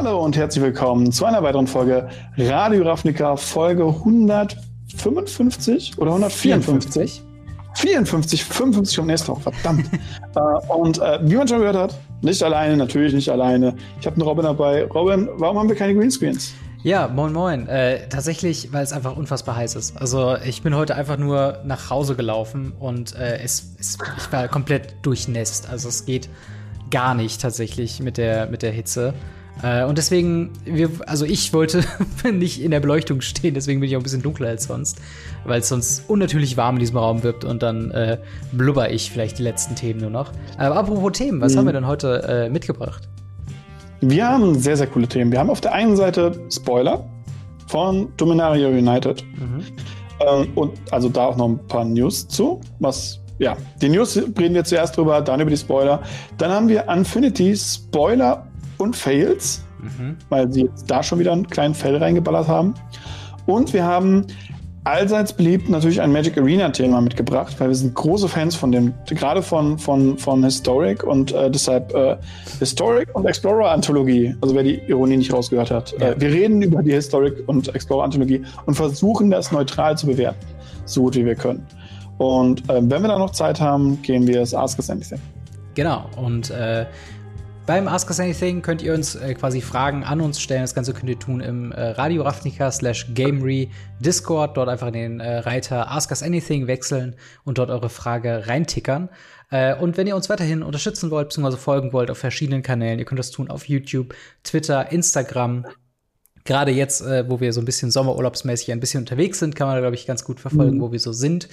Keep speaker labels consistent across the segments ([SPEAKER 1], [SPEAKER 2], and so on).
[SPEAKER 1] Hallo und herzlich willkommen zu einer weiteren Folge Radio Ravnica, Folge 155 oder 154? 55 um nächste Woche, verdammt. Wie man schon gehört hat, nicht alleine, natürlich nicht alleine. Ich habe einen Robin dabei. Robin, warum haben wir keine Greenscreens?
[SPEAKER 2] Ja, moin moin. Tatsächlich, weil es einfach unfassbar heiß ist. Also ich bin heute einfach nur nach Hause gelaufen und ich war komplett durchnässt. Also es geht gar nicht tatsächlich mit der Hitze. Und deswegen, ich wollte nicht in der Beleuchtung stehen, deswegen bin ich auch ein bisschen dunkler als sonst, weil es sonst unnatürlich warm in diesem Raum wird und dann blubber ich vielleicht die letzten Themen nur noch. Aber apropos Themen, was haben wir denn heute mitgebracht?
[SPEAKER 1] Wir haben sehr, sehr coole Themen. Wir haben auf der einen Seite Spoiler von Dominaria United. Und also da auch noch ein paar News zu. Die News reden wir zuerst drüber, dann über die Spoiler. Dann haben wir Unfinity Spoiler und Fails, weil sie jetzt da schon wieder einen kleinen Fail reingeballert haben. Und wir haben allseits beliebt natürlich ein Magic Arena-Thema mitgebracht, weil wir sind große Fans von dem, gerade von Historic und deshalb Historic und Explorer-Anthologie, also wer die Ironie nicht rausgehört hat. Ja. Wir reden über die Historic und Explorer-Anthologie und versuchen das neutral zu bewerten, so gut wie wir können. Und wenn wir da noch Zeit haben, gehen wir es Ask Us Anything.
[SPEAKER 2] Genau, und beim Ask Us Anything könnt ihr uns quasi Fragen an uns stellen. Das Ganze könnt ihr tun im Radio Ravnica /Gamery Discord. Dort einfach in den Reiter Ask Us Anything wechseln und dort eure Frage reintickern. Und wenn ihr uns weiterhin unterstützen wollt, beziehungsweise folgen wollt auf verschiedenen Kanälen, ihr könnt das tun auf YouTube, Twitter, Instagram. Gerade jetzt, wo wir so ein bisschen sommerurlaubsmäßig ein bisschen unterwegs sind, kann man, glaube ich, ganz gut verfolgen, wo wir so sind.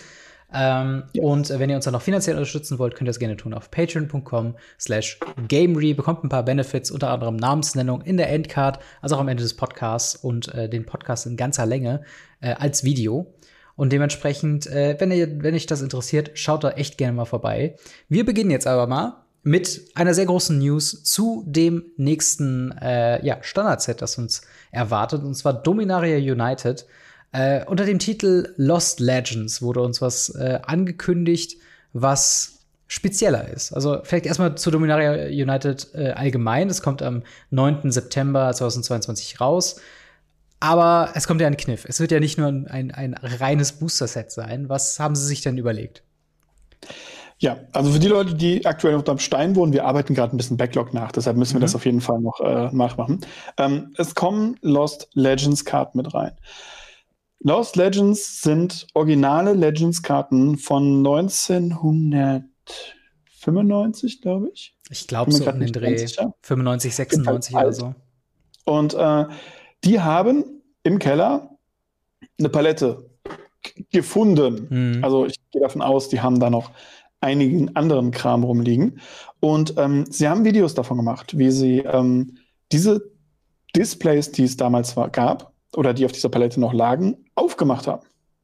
[SPEAKER 2] Und wenn ihr uns dann noch finanziell unterstützen wollt, könnt ihr das gerne tun auf patreon.com/gamery, bekommt ein paar Benefits, unter anderem Namensnennung in der Endcard, also auch am Ende des Podcasts und den Podcast in ganzer Länge als Video. Und dementsprechend, wenn euch das interessiert, schaut da echt gerne mal vorbei. Wir beginnen jetzt aber mal mit einer sehr großen News zu dem nächsten Standard-Set, das uns erwartet, und zwar Dominaria United. Unter dem Titel Lost Legends wurde uns was angekündigt, was spezieller ist. Also vielleicht erstmal zu Dominaria United allgemein. Es kommt am 9. September 2022 raus. Aber es kommt ja ein Kniff. Es wird ja nicht nur ein reines Booster-Set sein. Was haben Sie sich denn überlegt?
[SPEAKER 1] Ja, also für die Leute, die aktuell unter dem Stein wohnen, wir arbeiten gerade ein bisschen Backlog nach, deshalb müssen wir das auf jeden Fall noch nachmachen. Es kommen Lost Legends Karten mit rein. Lost Legends sind originale Legends-Karten von 1995, glaube ich.
[SPEAKER 2] Ich glaube so um den Dreh. 95, 96 oder so.
[SPEAKER 1] Und die haben im Keller eine Palette gefunden. Also ich gehe davon aus, die haben da noch einigen anderen Kram rumliegen. Und sie haben Videos davon gemacht, wie sie diese Displays, die es damals gab, oder die auf dieser Palette noch lagen, aufgemacht haben.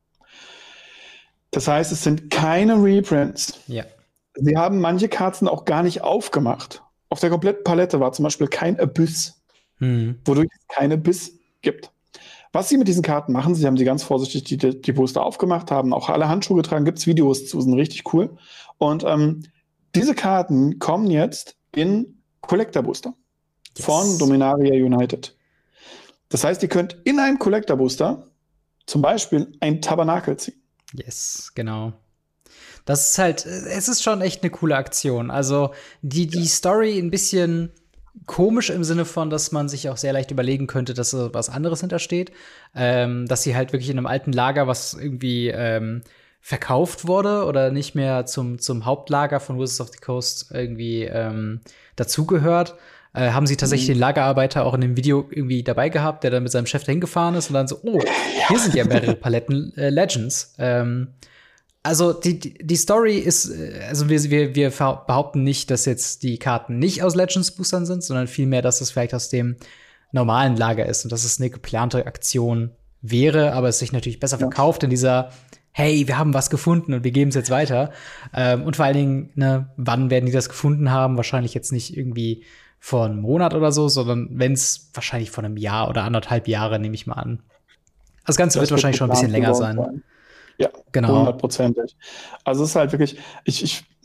[SPEAKER 1] Das heißt, es sind keine Reprints.
[SPEAKER 2] Ja.
[SPEAKER 1] Sie haben manche Karten auch gar nicht aufgemacht. Auf der kompletten Palette war zum Beispiel kein Abyss, wodurch es kein Abyss gibt. Was sie mit diesen Karten machen, sie haben sie ganz vorsichtig die Booster aufgemacht, haben auch alle Handschuhe getragen, gibt es Videos zu, sind richtig cool. Und diese Karten kommen jetzt in Collector-Booster von Dominaria United. Das heißt, ihr könnt in einem Collector-Booster zum Beispiel ein Tabernakel ziehen.
[SPEAKER 2] Yes, genau. Das ist halt, es ist schon echt eine coole Aktion. Also die Story ein bisschen komisch im Sinne von, dass man sich auch sehr leicht überlegen könnte, dass so was anderes hintersteht. Dass sie halt wirklich in einem alten Lager, was irgendwie verkauft wurde oder nicht mehr zum Hauptlager von Wizards of the Coast irgendwie dazugehört. Haben sie tatsächlich den Lagerarbeiter auch in dem Video irgendwie dabei gehabt, der dann mit seinem Chef dahin gefahren ist und dann so, hier sind ja mehrere Paletten Legends. Also die Story ist, also wir behaupten nicht, dass jetzt die Karten nicht aus Legends-Boostern sind, sondern vielmehr, dass es vielleicht aus dem normalen Lager ist und dass es eine geplante Aktion wäre, aber es sich natürlich besser verkauft in dieser hey, wir haben was gefunden und wir geben es jetzt weiter. Und vor allen Dingen, wann werden die das gefunden haben? Wahrscheinlich jetzt nicht irgendwie vor einem Monat oder so, sondern wenn es wahrscheinlich vor einem Jahr oder 1,5 Jahre, nehme ich mal an. Das Ganze wird wahrscheinlich schon ein bisschen länger sein.
[SPEAKER 1] Ja, genau. 100%. Also es ist halt wirklich,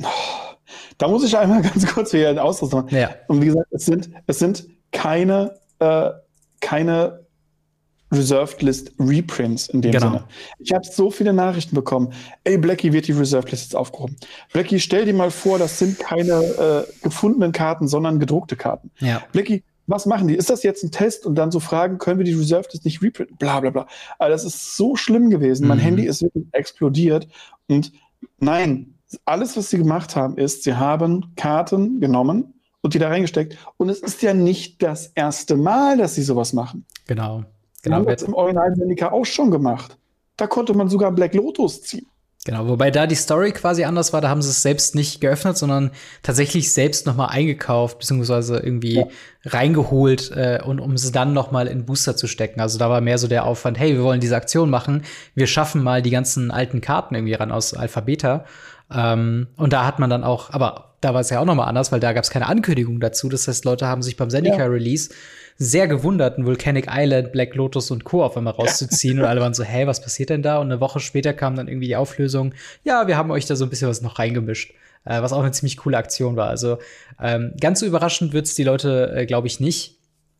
[SPEAKER 1] da muss ich einmal ganz kurz wieder einen Ausdruck machen.
[SPEAKER 2] Ja.
[SPEAKER 1] Und wie gesagt, es sind keine keine Reserved List Reprints in dem Sinne. Ich habe so viele Nachrichten bekommen. Ey, Blackie, wird die Reserved List jetzt aufgehoben. Blackie, stell dir mal vor, das sind keine gefundenen Karten, sondern gedruckte Karten.
[SPEAKER 2] Ja.
[SPEAKER 1] Blackie, was machen die? Ist das jetzt ein Test? Und dann so fragen, können wir die Reserved List nicht reprinten? Bla bla bla. Aber das ist so schlimm gewesen. Mein Handy ist wirklich explodiert. Und nein, alles, was sie gemacht haben, ist, sie haben Karten genommen und die da reingesteckt. Und es ist ja nicht das erste Mal, dass sie sowas machen.
[SPEAKER 2] Genau.
[SPEAKER 1] Sie haben das im Original Zendika auch schon gemacht. Da konnte man sogar Black Lotus ziehen.
[SPEAKER 2] Genau, wobei da die Story quasi anders war, da haben sie es selbst nicht geöffnet, sondern tatsächlich selbst noch mal eingekauft, beziehungsweise irgendwie reingeholt, und um sie dann noch mal in Booster zu stecken. Also da war mehr so der Aufwand, hey, wir wollen diese Aktion machen, wir schaffen mal die ganzen alten Karten irgendwie ran aus Alpha Beta. Und da hat man dann auch, aber da war es ja auch noch mal anders, weil da gab es keine Ankündigung dazu. Das heißt, Leute haben sich beim Zendika-Release sehr gewundert, einen Volcanic Island, Black Lotus und Co. auf einmal rauszuziehen. Und alle waren so, hä, was passiert denn da? Und eine Woche später kam dann irgendwie die Auflösung, ja, wir haben euch da so ein bisschen was noch reingemischt. Was auch eine ziemlich coole Aktion war. Also ganz so überraschend wird's die Leute, glaube ich, nicht.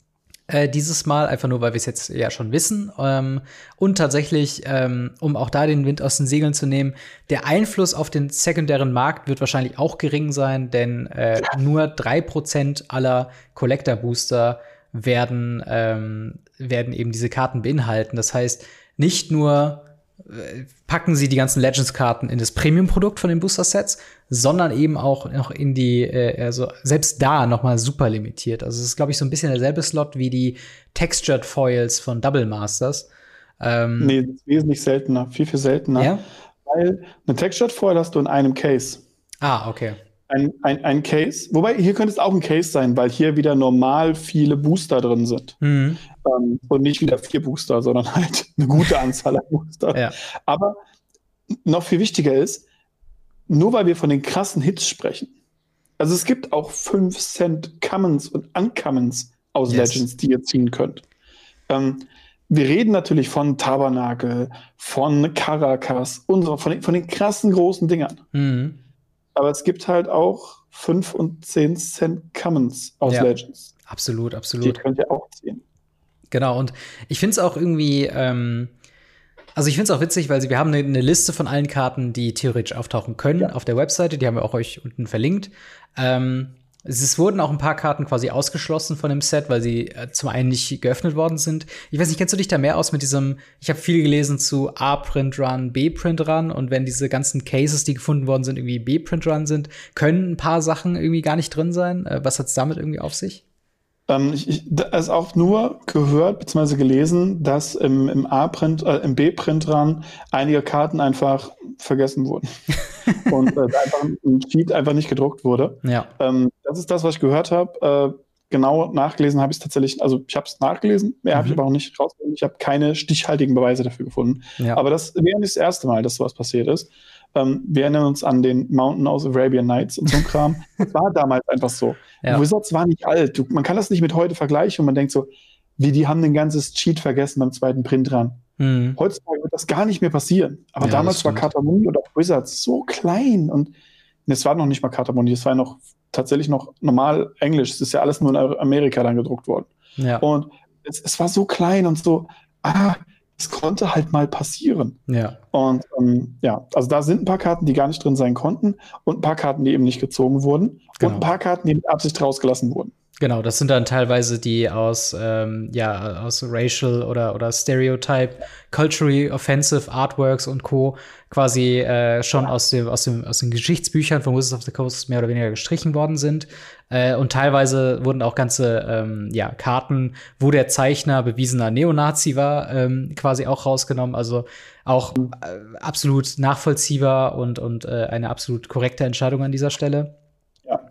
[SPEAKER 2] Dieses Mal, einfach nur, weil wir es jetzt ja schon wissen. Und tatsächlich, um auch da den Wind aus den Segeln zu nehmen, der Einfluss auf den sekundären Markt wird wahrscheinlich auch gering sein, denn nur 3% aller Collector-Booster werden eben diese Karten beinhalten. Das heißt, nicht nur packen sie die ganzen Legends-Karten in das Premium-Produkt von den Booster-Sets, sondern eben auch noch in die, also selbst da noch mal super limitiert. Also es ist, glaube ich, so ein bisschen derselbe Slot wie die Textured Foils von Double Masters.
[SPEAKER 1] Nee, das ist wesentlich seltener, viel, viel seltener.
[SPEAKER 2] Ja?
[SPEAKER 1] Weil eine Textured Foil hast du in einem Case.
[SPEAKER 2] Ah, okay.
[SPEAKER 1] Ein Case, wobei hier könnte es auch ein Case sein, weil hier wieder normal viele Booster drin sind. Und nicht wieder 4 Booster, sondern halt eine gute Anzahl an Booster.
[SPEAKER 2] Ja.
[SPEAKER 1] Aber noch viel wichtiger ist, nur weil wir von den krassen Hits sprechen, also es gibt auch 5 Cent Commons und Uncommons aus Legends, die ihr ziehen könnt. Wir reden natürlich von Tabernakel, von Caracas und so, von den krassen großen Dingern. Aber es gibt halt auch 5 und 10 Cent Commons aus Legends.
[SPEAKER 2] Absolut, absolut.
[SPEAKER 1] Die könnt ihr auch ziehen.
[SPEAKER 2] Genau, und ich finde es auch irgendwie, also ich finde es auch witzig, weil wir haben eine Liste von allen Karten, die theoretisch auftauchen können auf der Webseite. Die haben wir auch euch unten verlinkt. Es wurden auch ein paar Karten quasi ausgeschlossen von dem Set, weil sie zum einen nicht geöffnet worden sind. Ich weiß nicht, kennst du dich da mehr aus mit diesem, ich habe viel gelesen zu A-Print-Run, B-Print-Run, und wenn diese ganzen Cases, die gefunden worden sind, irgendwie B-Print-Run sind, können ein paar Sachen irgendwie gar nicht drin sein. Was hat's damit irgendwie auf sich?
[SPEAKER 1] Ich habe auch nur gehört bzw. gelesen, dass im B-Print-Run einige Karten einfach vergessen wurden. Und einfach ein Cheat einfach nicht gedruckt wurde.
[SPEAKER 2] Ja.
[SPEAKER 1] Das ist das, was ich gehört habe. Genau nachgelesen habe ich es tatsächlich, also ich habe es nachgelesen, mehr habe ich aber auch nicht rausgefunden. Ich habe keine stichhaltigen Beweise dafür gefunden. Ja. Aber das wäre nicht das erste Mal, dass sowas passiert ist. Wir erinnern uns an den Mountain aus Arabian Nights und so ein Kram. Das war damals einfach so. Ja. Wizards war nicht alt. Man kann das nicht mit heute vergleichen und man denkt so, die haben ein ganzes Cheat vergessen beim zweiten Print dran. Heutzutage wird das gar nicht mehr passieren. Aber damals war Katamuni und auch Wizards so klein und es war noch nicht mal Katamuni, es war noch tatsächlich noch normal Englisch. Es ist ja alles nur in Amerika dann gedruckt worden. Ja. Und es war so klein und so, es konnte halt mal passieren. Ja. Und also da sind ein paar Karten, die gar nicht drin sein konnten und ein paar Karten, die eben nicht gezogen wurden und ein paar Karten, die mit Absicht rausgelassen wurden.
[SPEAKER 2] Genau, das sind dann teilweise die aus Racial oder Stereotype, Culturally Offensive Artworks und Co. quasi schon aus den Geschichtsbüchern von Wizards of the Coast mehr oder weniger gestrichen worden sind. Und teilweise wurden auch ganze Karten, wo der Zeichner bewiesener Neonazi war, quasi auch rausgenommen. Also auch absolut nachvollziehbar und eine absolut korrekte Entscheidung an dieser Stelle. Ja.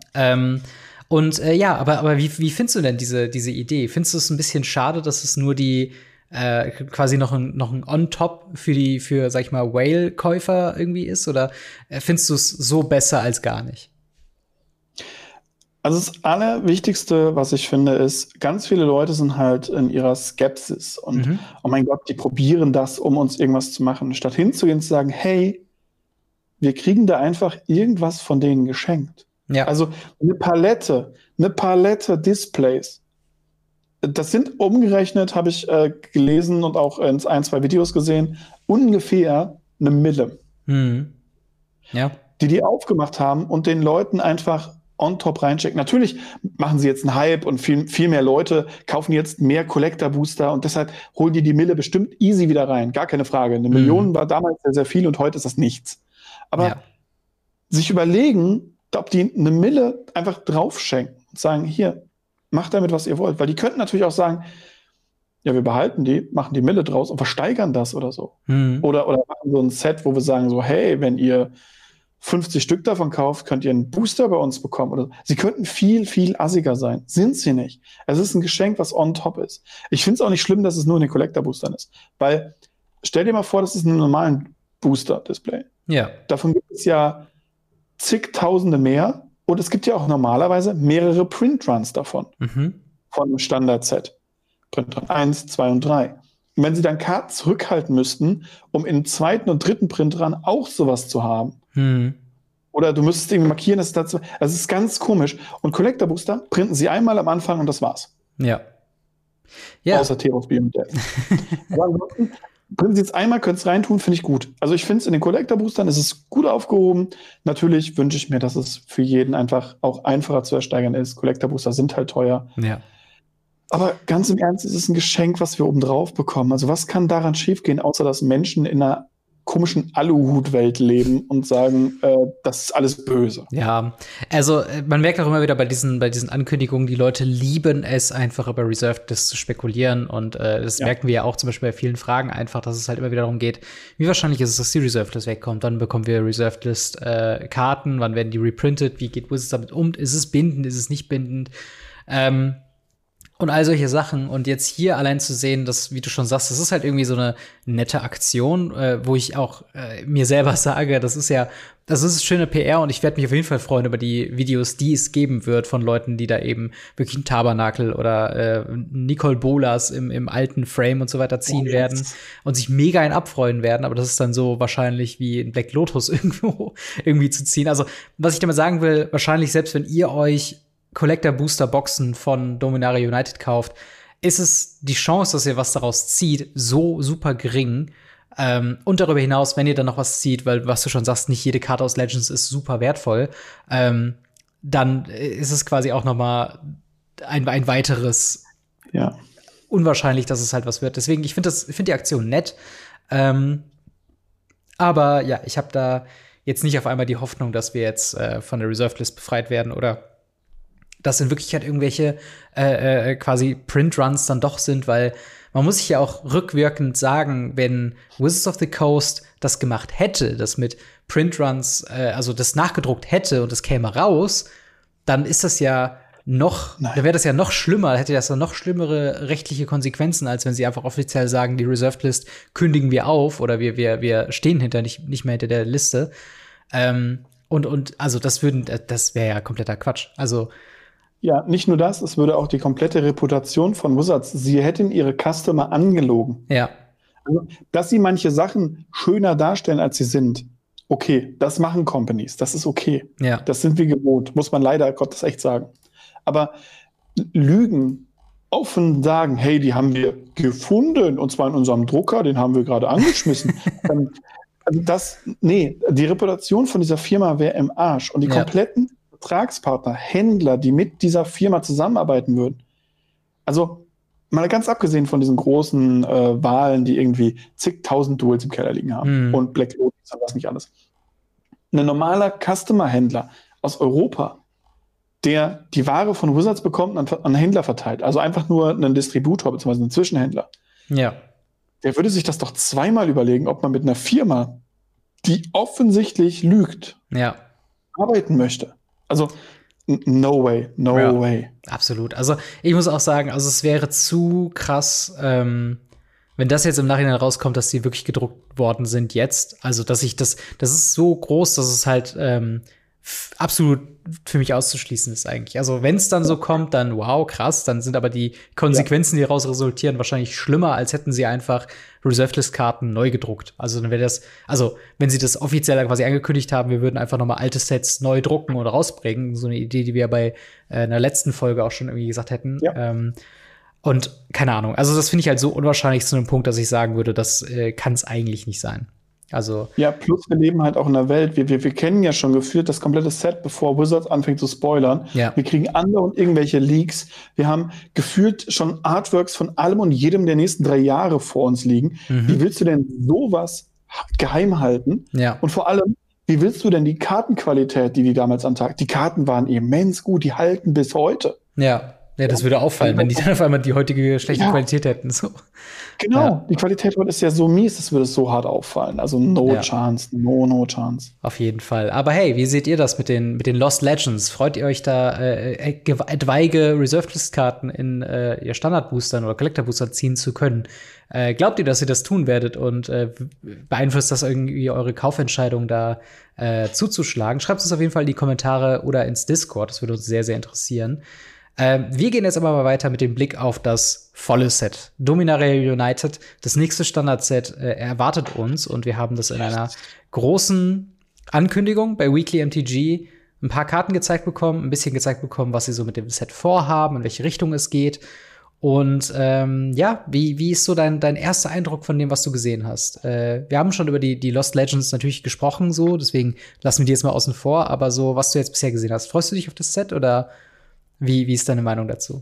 [SPEAKER 2] Aber wie findest du denn diese Idee? Findest du es ein bisschen schade, dass es nur die quasi noch ein On-Top für sag ich mal, Whale-Käufer irgendwie ist? Oder findest du es so besser als gar nicht?
[SPEAKER 1] Also das Allerwichtigste, was ich finde, ist, ganz viele Leute sind halt in ihrer Skepsis und oh mein Gott, die probieren das, um uns irgendwas zu machen. Statt hinzugehen und zu sagen, hey, wir kriegen da einfach irgendwas von denen geschenkt. Ja. Also eine Palette Displays das sind umgerechnet, habe ich gelesen und auch in 2 Videos gesehen, ungefähr 1 Mille.
[SPEAKER 2] Ja.
[SPEAKER 1] Die aufgemacht haben und den Leuten einfach on top reinchecken. Natürlich machen sie jetzt einen Hype und viel mehr Leute kaufen jetzt mehr Collector-Booster und deshalb holen die Mille bestimmt easy wieder rein. Gar keine Frage. 1 Million war damals sehr, sehr viel und heute ist das nichts. Aber sich überlegen, ob die 1 Mille einfach draufschenken und sagen, hier, macht damit, was ihr wollt. Weil die könnten natürlich auch sagen, ja, wir behalten die, machen die Mille draus und versteigern das oder so. Oder machen so ein Set, wo wir sagen so, hey, wenn ihr 50 Stück davon kauft, könnt ihr einen Booster bei uns bekommen. Oder so. Sie könnten viel, viel assiger sein. Sind sie nicht. Es ist ein Geschenk, was on top ist. Ich finde es auch nicht schlimm, dass es nur in den Collector-Boostern ist. Weil, stell dir mal vor, das ist ein normalen Booster-Display.
[SPEAKER 2] Ja.
[SPEAKER 1] Davon gibt es ja zigtausende mehr. Und es gibt ja auch normalerweise mehrere Printruns davon. Von einem Standard-Set. Printrun 1, 2 und 3. Und wenn sie dann Karten zurückhalten müssten, um im 2. und 3. Printrun auch sowas zu haben. Oder du müsstest irgendwie markieren, dass es dazu. Also es ist ganz komisch. Und Collector Booster printen sie einmal am Anfang und das war's.
[SPEAKER 2] Ja.
[SPEAKER 1] Außer Teros Beam und Death. Aber ansonsten printen sie jetzt einmal, können es reintun, finde ich gut. Also ich finde es in den Collector Boostern ist es gut aufgehoben. Natürlich wünsche ich mir, dass es für jeden einfach auch einfacher zu ersteigern ist. Collector Booster sind halt teuer.
[SPEAKER 2] Ja.
[SPEAKER 1] Aber ganz im Ernst, es ist ein Geschenk, was wir oben drauf bekommen. Also was kann daran schiefgehen, außer dass Menschen in einer komischen Aluhut-Welt leben und sagen, das ist alles böse.
[SPEAKER 2] Ja, also man merkt auch immer wieder bei diesen Ankündigungen, die Leute lieben es einfach über Reserved List zu spekulieren und das merken wir ja auch zum Beispiel bei vielen Fragen einfach, dass es halt immer wieder darum geht, wie wahrscheinlich ist es, dass die Reserved List wegkommt, wann bekommen wir Reserved List Karten, wann werden die reprintet, wie geht Wizards damit um, ist es bindend, ist es nicht bindend, und all solche Sachen. Und jetzt hier allein zu sehen, dass, wie du schon sagst, das ist halt irgendwie so eine nette Aktion, wo ich auch mir selber sage, das ist schöne PR und ich werde mich auf jeden Fall freuen über die Videos, die es geben wird von Leuten, die da eben wirklich einen Tabernakel oder Nicole Bolas im alten Frame und so weiter ziehen werden und sich mega abfreuen werden. Aber das ist dann so wahrscheinlich wie ein Black Lotus irgendwie zu ziehen. Also, was ich damit sagen will, wahrscheinlich selbst wenn ihr euch Collector-Booster-Boxen von Dominaria United kauft, ist es die Chance, dass ihr was daraus zieht, so super gering. Und darüber hinaus, wenn ihr dann noch was zieht, weil, was du schon sagst, nicht jede Karte aus Legends ist super wertvoll, dann ist es quasi auch noch mal ein weiteres unwahrscheinlich, dass es halt was wird. Deswegen, ich finde die Aktion nett. Aber ja, ich habe da jetzt nicht auf einmal die Hoffnung, dass wir jetzt von der Reserved List befreit werden oder dass in Wirklichkeit irgendwelche quasi Printruns dann doch sind, weil man muss sich ja auch rückwirkend sagen, wenn Wizards of the Coast das gemacht hätte, das mit Printruns, also das nachgedruckt hätte und es käme raus, dann ist das ja da wäre das ja noch schlimmer, hätte das ja noch schlimmere rechtliche Konsequenzen, als wenn sie einfach offiziell sagen, die Reserved List kündigen wir auf oder wir stehen nicht mehr hinter der Liste. Und also das wäre ja kompletter Quatsch. Also
[SPEAKER 1] ja, nicht nur das, es würde auch die komplette Reputation von Wizards, sie hätten ihre Customer angelogen.
[SPEAKER 2] Ja.
[SPEAKER 1] Also, dass sie manche Sachen schöner darstellen, als sie sind, okay, das machen Companies, das ist okay.
[SPEAKER 2] Ja.
[SPEAKER 1] Das sind wir gewohnt, muss man leider Gottes echt sagen. Aber Lügen, offen sagen, hey, die haben wir gefunden, und zwar in unserem Drucker, den haben wir gerade angeschmissen. Also die Reputation von dieser Firma wäre im Arsch. Und die kompletten Vertragspartner, Händler, die mit dieser Firma zusammenarbeiten würden. Also mal ganz abgesehen von diesen großen Wahlen, die irgendwie zigtausend Duels im Keller liegen haben und Black Lotus und was nicht alles. Ein normaler Customer-Händler aus Europa, der die Ware von Wizards bekommt und an Händler verteilt, also einfach nur einen Distributor bzw. einen Zwischenhändler.
[SPEAKER 2] Ja. Der
[SPEAKER 1] würde sich das doch zweimal überlegen, ob man mit einer Firma, die offensichtlich lügt, arbeiten möchte. Also, no way, no way.
[SPEAKER 2] Absolut. Also, ich muss auch sagen, also es wäre zu krass, wenn das jetzt im Nachhinein rauskommt, dass die wirklich gedruckt worden sind jetzt. Also, das ist so groß, dass es halt absolut für mich auszuschließen ist eigentlich. Also, wenn es dann so kommt, dann wow, krass, dann sind aber die Konsequenzen, die daraus resultieren, wahrscheinlich schlimmer, als hätten sie einfach Reserved-List-Karten neu gedruckt. Also, dann wäre wenn sie das offiziell quasi angekündigt haben, wir würden einfach noch mal alte Sets neu drucken oder rausbringen, so eine Idee, die wir bei einer letzten Folge auch schon irgendwie gesagt hätten. Ja. Und keine Ahnung, also das finde ich halt so unwahrscheinlich zu einem Punkt, dass ich sagen würde, das kann es eigentlich nicht sein. Also
[SPEAKER 1] Ja, plus wir leben halt auch in einer Welt, wir kennen ja schon gefühlt das komplette Set, bevor Wizards anfängt zu spoilern.
[SPEAKER 2] Ja.
[SPEAKER 1] Wir kriegen andauernd irgendwelche Leaks. Wir haben gefühlt schon Artworks von allem und jedem der nächsten 3 Jahre vor uns liegen. Wie willst du denn sowas geheim halten?
[SPEAKER 2] Ja.
[SPEAKER 1] Und vor allem, wie willst du denn die Kartenqualität, die damals am Tag, die Karten waren immens gut, die halten bis heute.
[SPEAKER 2] Ja, das würde auffallen, wenn die dann auf einmal die heutige schlechte Qualität hätten. So.
[SPEAKER 1] Genau, die Qualität heute ist ja so mies, das würde so hart auffallen. Also no chance, no chance.
[SPEAKER 2] Auf jeden Fall. Aber hey, wie seht ihr das mit den Lost Legends? Freut ihr euch da, etwaige Reserved-List-Karten in ihr Standard-Boostern oder Collector-Booster ziehen zu können? Glaubt ihr, dass ihr das tun werdet und beeinflusst das irgendwie eure Kaufentscheidung da zuzuschlagen? Schreibt es auf jeden Fall in die Kommentare oder ins Discord. Das würde uns sehr, sehr interessieren. Wir gehen jetzt aber mal weiter mit dem Blick auf das volle Set. Dominaria United, das nächste Standard-Set erwartet uns und wir haben das in einer großen Ankündigung bei Weekly MTG ein paar Karten gezeigt bekommen, ein bisschen gezeigt bekommen, was sie so mit dem Set vorhaben, in welche Richtung es geht. Und wie ist so dein erster Eindruck von dem, was du gesehen hast? Wir haben schon über die Lost Legends natürlich gesprochen, so, deswegen lassen wir die jetzt mal außen vor, aber so, was du jetzt bisher gesehen hast, freust du dich auf das Set oder wie ist deine Meinung dazu?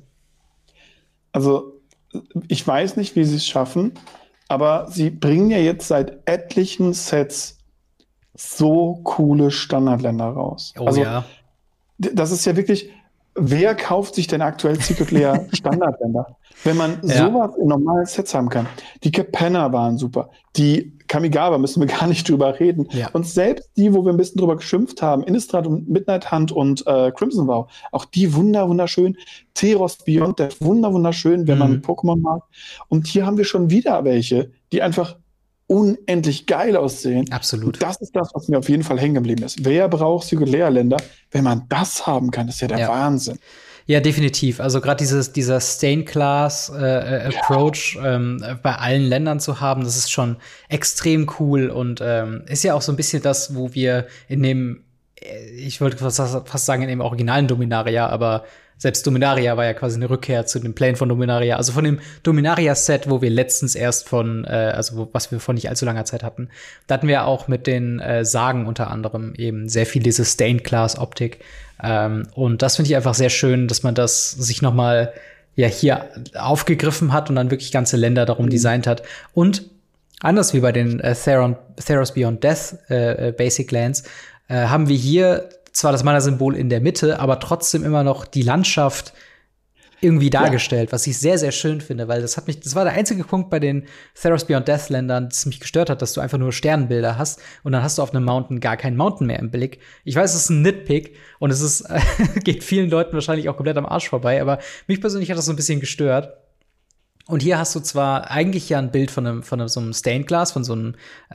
[SPEAKER 1] Also, ich weiß nicht, wie sie es schaffen, aber sie bringen ja jetzt seit etlichen Sets so coole Standardländer raus.
[SPEAKER 2] Oh
[SPEAKER 1] also,
[SPEAKER 2] ja.
[SPEAKER 1] Das ist ja wirklich, wer kauft sich denn aktuell Secret Lair Standardländer? Wenn man sowas in normalen Sets haben kann. Die Capenna waren super. Die Kamigawa müssen wir gar nicht drüber reden.
[SPEAKER 2] Ja.
[SPEAKER 1] Und selbst die, wo wir ein bisschen drüber geschimpft haben, Innistrad und Midnight Hunt und Crimson Vow, auch die wunderschön. Teros Beyond Death, wunderschön, wenn man Pokémon mag. Und hier haben wir schon wieder welche, die einfach unendlich geil aussehen.
[SPEAKER 2] Absolut.
[SPEAKER 1] Und das ist das, was mir auf jeden Fall hängen geblieben ist. Wer braucht Secret Lair Länder? Wenn man das haben kann, ist ja der Wahnsinn.
[SPEAKER 2] Ja, definitiv. Also gerade dieser Stain-Class-Approach bei allen Ländern zu haben, das ist schon extrem cool und ist ja auch so ein bisschen das, wo wir in dem, ich wollte fast sagen, in dem originalen Dominaria, aber selbst Dominaria war ja quasi eine Rückkehr zu dem Plane von Dominaria. Also von dem Dominaria-Set, wo wir letztens erst was wir vor nicht allzu langer Zeit hatten. Da hatten wir auch mit den Sagen unter anderem eben sehr viel diese Stained-Class-Optik. Und das finde ich einfach sehr schön, dass man das sich noch mal hier aufgegriffen hat und dann wirklich ganze Länder darum designt hat. Und anders wie bei den Theros Beyond Death Basic Lands haben wir hier zwar das Mana-Symbol in der Mitte, aber trotzdem immer noch die Landschaft irgendwie dargestellt, was ich sehr, sehr schön finde, weil das war der einzige Punkt bei den Theros Beyond Death Ländern, das mich gestört hat, dass du einfach nur Sternbilder hast und dann hast du auf einem Mountain gar keinen Mountain mehr im Blick. Ich weiß, es ist ein Nitpick und es ist geht vielen Leuten wahrscheinlich auch komplett am Arsch vorbei, aber mich persönlich hat das so ein bisschen gestört. Und hier hast du zwar eigentlich ja ein Bild von so einem Stained Glass, von so einem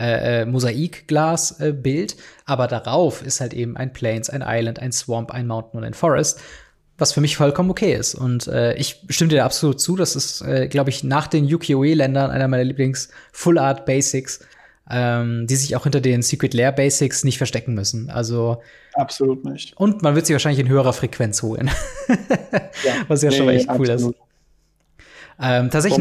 [SPEAKER 2] Mosaikglas-Bild, aber darauf ist halt eben ein Plains, ein Island, ein Swamp, ein Mountain und ein Forest, was für mich vollkommen okay ist. Und ich stimme dir da absolut zu. Das ist, glaube ich, nach den Ukiyo-E-Ländern einer meiner Lieblings-Full-Art-Basics, die sich auch hinter den Secret Lair Basics nicht verstecken müssen. Also
[SPEAKER 1] absolut nicht.
[SPEAKER 2] Und man wird sie wahrscheinlich in höherer Frequenz holen. Was ja schon mal echt cool ist. Tatsächlich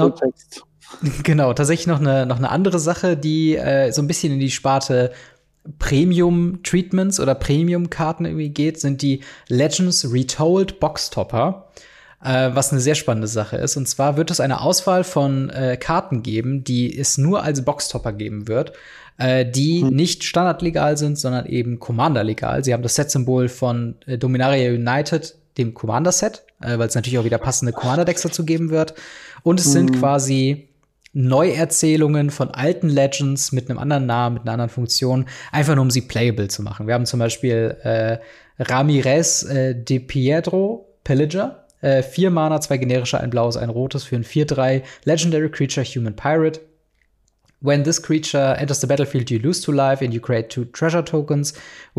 [SPEAKER 2] tatsächlich noch eine andere Sache, die so ein bisschen in die Sparte Premium-Treatments oder Premium-Karten irgendwie geht, sind die Legends Retold Boxtopper, was eine sehr spannende Sache ist. Und zwar wird es eine Auswahl von Karten geben, die es nur als Boxtopper geben wird, die nicht standardlegal sind, sondern eben Commander-legal. Sie haben das Set-Symbol von Dominaria United, dem Commander-Set, weil es natürlich auch wieder passende Commander-Decks dazu geben wird. Und es sind quasi Neuerzählungen von alten Legends mit einem anderen Namen, mit einer anderen Funktion, einfach nur um sie playable zu machen. Wir haben zum Beispiel Ramirez de Piedro Pillager, 4 Mana, 2 generische, ein blaues, ein rotes für ein 4/3 Legendary Creature Human Pirate. When this creature enters the battlefield, you lose 2 life and you create 2 treasure tokens.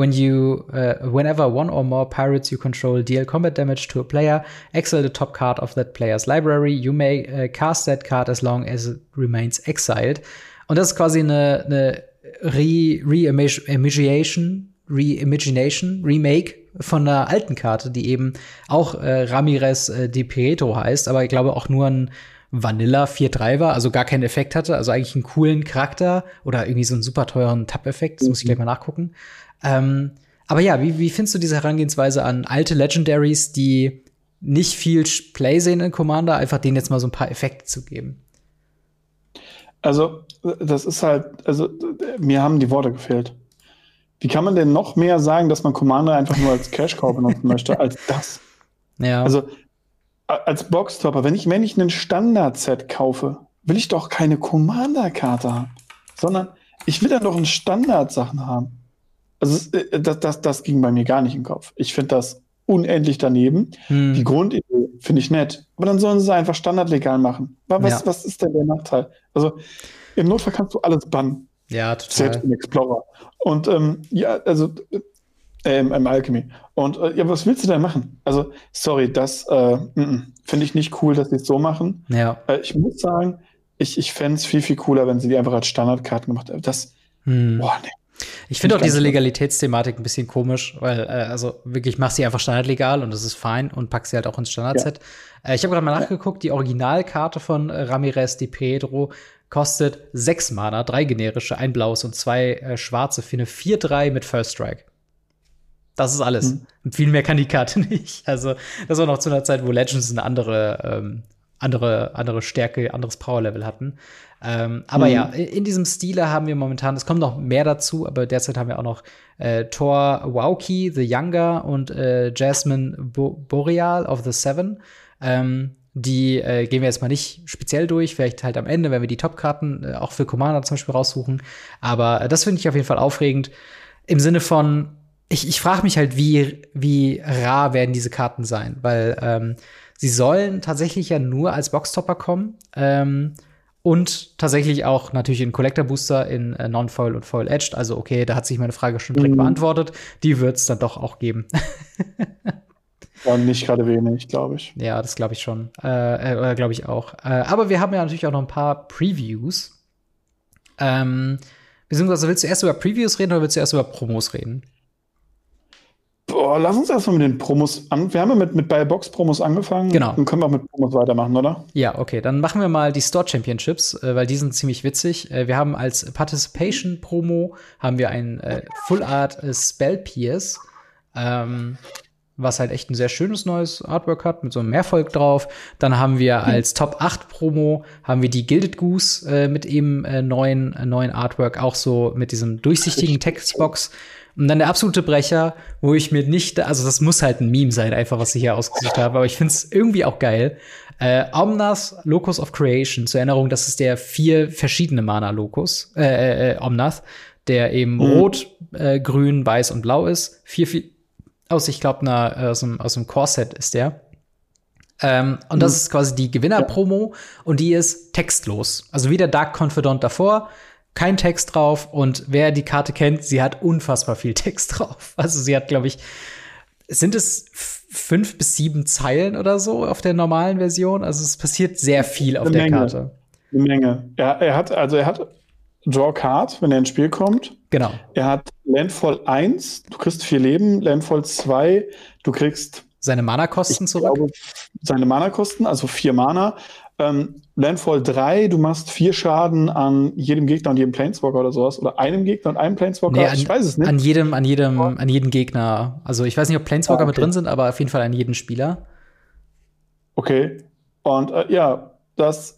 [SPEAKER 2] Whenever one or more pirates you control deal combat damage to a player, exile the top card of that player's library. You may cast that card as long as it remains exiled. Und das ist quasi eine Reimagination, Remake von der alten Karte, die eben auch Ramirez de Pietro heißt, aber ich glaube auch nur ein Vanilla 4-3 war, also gar keinen Effekt hatte, also eigentlich einen coolen Charakter oder irgendwie so einen super teuren Tab-Effekt, das muss ich gleich mal nachgucken. Aber ja, wie findest du diese Herangehensweise an alte Legendaries, die nicht viel Play sehen in Commander, einfach denen jetzt mal so ein paar Effekte zu geben?
[SPEAKER 1] Also, das ist halt, also, mir haben die Worte gefehlt. Wie kann man denn noch mehr sagen, dass man Commander einfach nur als Cash-Cow benutzen möchte, als das?
[SPEAKER 2] Ja.
[SPEAKER 1] Also, als Boxtopper, wenn ich ein Standard-Set kaufe, will ich doch keine Commander-Karte haben, sondern ich will dann doch ein Standard-Sachen haben. Also, das ging bei mir gar nicht im Kopf. Ich finde das unendlich daneben. Die Grundidee finde ich nett, aber dann sollen sie es einfach standardlegal machen. Was ist denn der Nachteil? Also, im Notfall kannst du alles bannen.
[SPEAKER 2] Ja, total.
[SPEAKER 1] Selbst im Explorer. Und im Alchemy. Und was willst du denn machen? Also, sorry, das finde ich nicht cool, dass sie es so machen.
[SPEAKER 2] Ja.
[SPEAKER 1] Ich muss sagen, ich fände es viel, viel cooler, wenn sie die einfach als Standardkarten gemacht hätten. Boah, nee.
[SPEAKER 2] Ich finde auch diese Legalitätsthematik ein bisschen komisch, weil, also wirklich, mach sie einfach standardlegal und das ist fein und pack sie halt auch ins Standardset. Ja. Ich habe gerade mal nachgeguckt, die Originalkarte von Ramirez de Pietro kostet 6 Mana, 3 generische, 1 blaues und 2 schwarze für eine 4-3 mit First Strike. Das ist alles. Und viel mehr kann die Karte nicht. Also, das war noch zu einer Zeit, wo Legends eine andere Stärke, anderes Power-Level hatten. Aber ja, in diesem Stile haben wir momentan, es kommt noch mehr dazu, aber derzeit haben wir auch noch Thor Wauki, The Younger und Jasmine Boreal of the Seven. Die gehen wir jetzt mal nicht speziell durch, vielleicht halt am Ende, wenn wir die Top-Karten auch für Commander zum Beispiel raussuchen. Aber das finde ich auf jeden Fall aufregend. Im Sinne von, ich frage mich halt, wie rar werden diese Karten sein, weil sie sollen tatsächlich ja nur als Boxtopper kommen und tatsächlich auch natürlich in Collector Booster in Non-Foil und Foil Edged. Also okay, da hat sich meine Frage schon direkt beantwortet. Die wird es dann doch auch geben.
[SPEAKER 1] War nicht gerade wenig, glaube ich.
[SPEAKER 2] Ja, das glaube ich schon. Glaube ich auch. Aber wir haben ja natürlich auch noch ein paar Previews. Beziehungsweise willst du erst über Previews reden oder willst du erst über Promos reden?
[SPEAKER 1] Boah, lass uns erstmal mit den Promos an. Wir haben ja mit Buy-Box-Promos angefangen.
[SPEAKER 2] Genau.
[SPEAKER 1] Dann können wir auch mit Promos weitermachen, oder?
[SPEAKER 2] Ja, okay. Dann machen wir mal die Store Championships, weil die sind ziemlich witzig. Wir haben als Participation-Promo haben wir ein Full Art Spell Pierce, was halt echt ein sehr schönes neues Artwork hat, mit so einem Mehrvolk drauf. Dann haben wir als Top 8 Promo haben wir die Gilded Goose mit eben neuen Artwork, auch so mit diesem durchsichtigen Textbox. Und dann der absolute Brecher, wo ich mir nicht, also das muss halt ein Meme sein, einfach, was ich hier ausgesucht habe, aber ich finde es irgendwie auch geil. Omnath, Locus of Creation, zur Erinnerung, das ist der 4 verschiedene Mana-Locus, Omnath, der eben rot, grün, weiß und blau ist. 4 aus, ich glaube, aus dem Core-Set ist der. Und das ist quasi die Gewinner-Promo und die ist textlos. Also wie der Dark Confidant davor, kein Text drauf und wer die Karte kennt, sie hat unfassbar viel Text drauf. Also sie hat, glaube ich, sind es 5 bis 7 Zeilen oder so auf der normalen Version? Also es passiert sehr viel auf der Karte.
[SPEAKER 1] Eine Menge. Er hat Draw Card, wenn er ins Spiel kommt.
[SPEAKER 2] Genau.
[SPEAKER 1] Er hat Landfall 1, du kriegst 4 Leben, Landfall 2, du kriegst
[SPEAKER 2] seine Mana-Kosten zurück.
[SPEAKER 1] Glaube, seine Mana-Kosten, also 4 Mana. Landfall 3, du machst 4 Schaden an jedem Gegner und jedem Planeswalker oder sowas. Oder einem Gegner und einem Planeswalker.
[SPEAKER 2] Nee,
[SPEAKER 1] ich weiß es nicht.
[SPEAKER 2] An jedem Gegner. Also ich weiß nicht, ob Planeswalker mit drin sind, aber auf jeden Fall an jeden Spieler.
[SPEAKER 1] Okay. Und das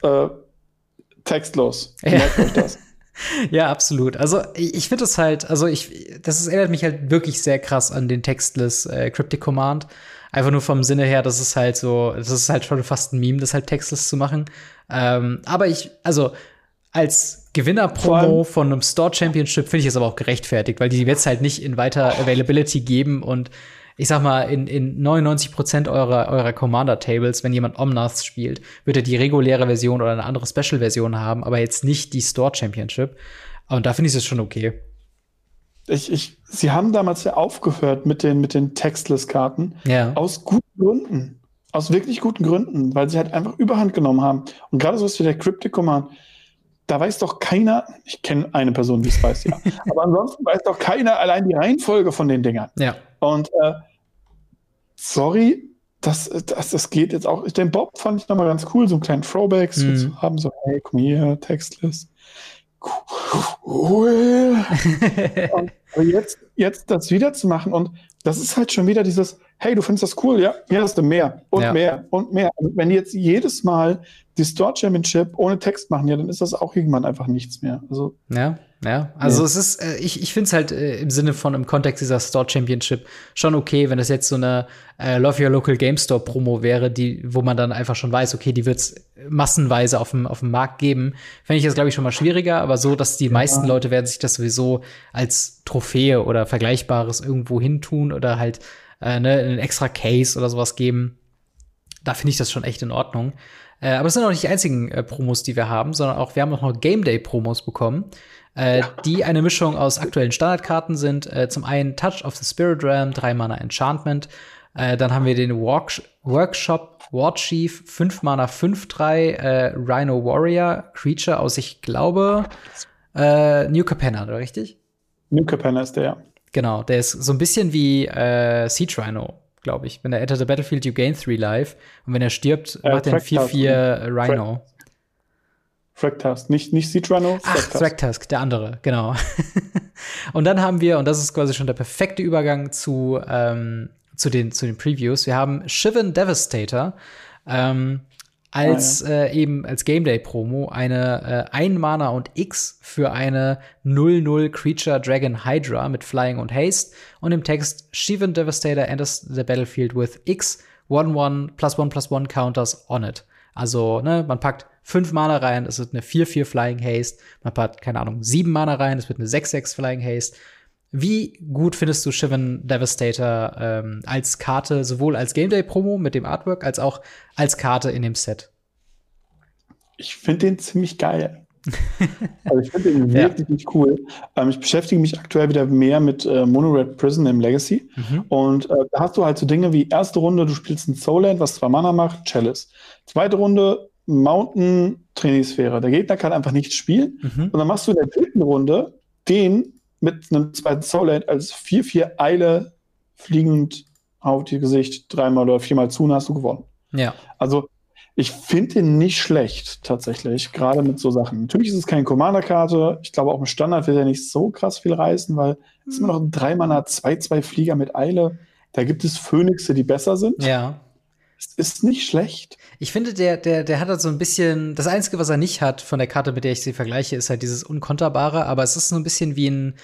[SPEAKER 1] textlos. Merkt euch das.
[SPEAKER 2] Ja, absolut. Also ich finde es halt, das erinnert mich halt wirklich sehr krass an den Textless Cryptic Command. Einfach nur vom Sinne her, das ist halt schon fast ein Meme, das halt textless zu machen. Aber als Gewinner-Promo von einem Store Championship finde ich es aber auch gerechtfertigt, weil die wird es halt nicht in weiter Availability geben und ich sag mal, in 99% eurer Commander-Tables, wenn jemand Omnath spielt, wird er die reguläre Version oder eine andere Special-Version haben, aber jetzt nicht die Store Championship. Und da finde ich es schon okay.
[SPEAKER 1] Sie haben damals ja aufgehört mit den Textless-Karten.
[SPEAKER 2] Ja.
[SPEAKER 1] Aus guten Gründen. Aus wirklich guten Gründen, weil sie halt einfach Überhand genommen haben. Und gerade so was wie der Cryptic Command, da weiß doch keiner, ich kenne eine Person, die es weiß, ja. Aber ansonsten weiß doch keiner allein die Reihenfolge von den Dingern.
[SPEAKER 2] Ja.
[SPEAKER 1] Und sorry, das geht jetzt auch. Den Bob fand ich nochmal ganz cool, so einen kleinen Throwback zu haben, so, hey, komm hier, Textless. Cool. Aber jetzt das wieder zu machen und das ist halt schon wieder dieses, hey, du findest das cool, ja? Hier hast du mehr und mehr und mehr. Und wenn die jetzt jedes Mal die Store Championship ohne Text machen, ja, dann ist das auch irgendwann einfach nichts mehr. Also,
[SPEAKER 2] also es ist, ich finde es halt im Sinne von im Kontext dieser Store Championship schon okay, wenn das jetzt so eine Love Your Local Game Store Promo wäre, wo man dann einfach schon weiß, okay, die wird's massenweise auf dem Markt geben. Fände ich das, glaube ich, schon mal schwieriger, aber so, dass die meisten Leute werden sich das sowieso als Trophäe oder Vergleichbares irgendwo hintun oder halt einen extra Case oder sowas geben. Da finde ich das schon echt in Ordnung. Aber es sind auch nicht die einzigen Promos, die wir haben, sondern auch, wir haben auch noch Game Day Promos bekommen, die eine Mischung aus aktuellen Standardkarten sind. Zum einen Touch of the Spirit Realm, 3 Mana Enchantment. Dann haben wir den Workshop War Chief, 5 Mana 5/3 Rhino Warrior Creature aus, ich glaube, New Capenna, oder richtig?
[SPEAKER 1] New Capenna ist der, ja.
[SPEAKER 2] Genau, der ist so ein bisschen wie Siege Rhino, glaube ich. Wenn er enter the battlefield, you gain 3 life. Und wenn er stirbt, macht er einen 4/4 Rhino.
[SPEAKER 1] Thragtusk, nicht Siege Rhino.
[SPEAKER 2] Ach, Thragtusk, der andere, genau. Und dann haben wir, und das ist quasi schon der perfekte Übergang zu den Previews, wir haben Shivan Devastator als Game Day Promo eine 1 Mana und X für eine 0/0 Creature Dragon Hydra mit Flying und Haste und im Text Shivan Devastator enters the battlefield with X 1/1 +1/+1 counters on it. Also, man packt 5 Mana rein, es wird eine 4/4 Flying Haste, man packt, keine Ahnung, 7 Mana rein, es wird eine 6/6 Flying Haste. Wie gut findest du Shivan Devastator als Karte, sowohl als Game Day Promo mit dem Artwork, als auch als Karte in dem Set?
[SPEAKER 1] Ich finde den ziemlich geil. Also ich finde den wirklich cool. Ich beschäftige mich aktuell wieder mehr mit Mono-Red Prison im Legacy. Und da hast du halt so Dinge wie erste Runde, du spielst ein Soulland, was 2 Mana macht, Chalice. Zweite Runde, Mountain, Trainingssphäre. Der Gegner kann einfach nichts spielen. Und dann machst du in der dritten Runde den mit einem zweiten Soulland als 4/4 Eile fliegend auf die Gesicht 3-mal oder 4-mal zu und hast du gewonnen.
[SPEAKER 2] Ja.
[SPEAKER 1] Also ich finde den nicht schlecht, tatsächlich, gerade mit so Sachen. Natürlich ist es keine Commander-Karte. Ich glaube, auch im Standard wird er nicht so krass viel reißen, weil es ist immer noch ein 3-Mana 2/2 Flieger mit Eile. Da gibt es Phönixe, die besser sind.
[SPEAKER 2] Ja.
[SPEAKER 1] Es ist nicht schlecht.
[SPEAKER 2] Ich finde, der hat halt so ein bisschen, das Einzige, was er nicht hat von der Karte, mit der ich sie vergleiche, ist halt dieses Unkonterbare, aber es ist so ein bisschen wie ein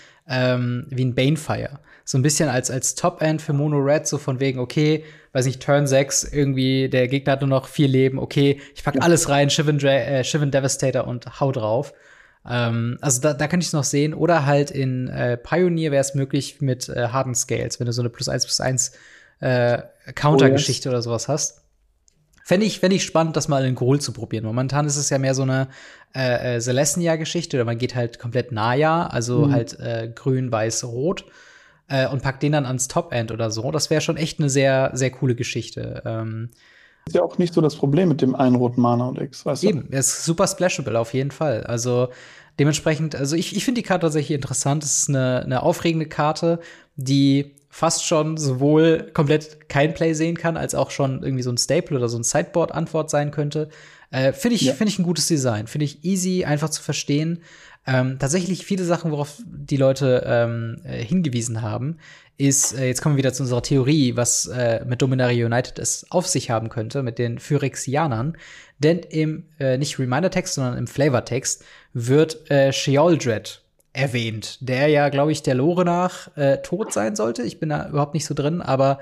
[SPEAKER 2] Banefire. So ein bisschen als Top-End für Mono-Red, so von wegen, okay, weiß nicht, Turn 6, irgendwie, der Gegner hat nur noch 4 Leben, okay, ich pack alles rein, Shivan Devastator und hau drauf. Also da kann ich es noch sehen. Oder halt in Pioneer wäre es möglich mit Hardened Scales, wenn du so eine +1/+1 Counter-Geschichte oder sowas hast. Fände ich spannend, das mal in Gruul zu probieren. Momentan ist es ja mehr so eine Celestia-Geschichte, oder man geht halt komplett Naya, also halt grün, weiß, rot und packt den dann ans Top-End oder so. Das wäre schon echt eine sehr, sehr coole Geschichte.
[SPEAKER 1] Ist ja auch nicht so das Problem mit dem einen roten Mana und X, weißt du?
[SPEAKER 2] Eben, er ist super splashable auf jeden Fall. Also dementsprechend, also ich finde die Karte tatsächlich interessant. Es ist eine aufregende Karte, die fast schon sowohl komplett kein Play sehen kann, als auch schon irgendwie so ein Staple oder so ein Sideboard-Antwort sein könnte. Finde ich ein gutes Design. Finde ich easy, einfach zu verstehen. Tatsächlich viele Sachen, worauf die Leute hingewiesen haben, ist, jetzt kommen wir wieder zu unserer Theorie, was mit Dominaria United es auf sich haben könnte, mit den Phyrexianern. Denn im nicht Reminder-Text, sondern im Flavor-Text wird Sheoldred erwähnt, der ja, glaube ich, der Lore nach tot sein sollte. Ich bin da überhaupt nicht so drin, aber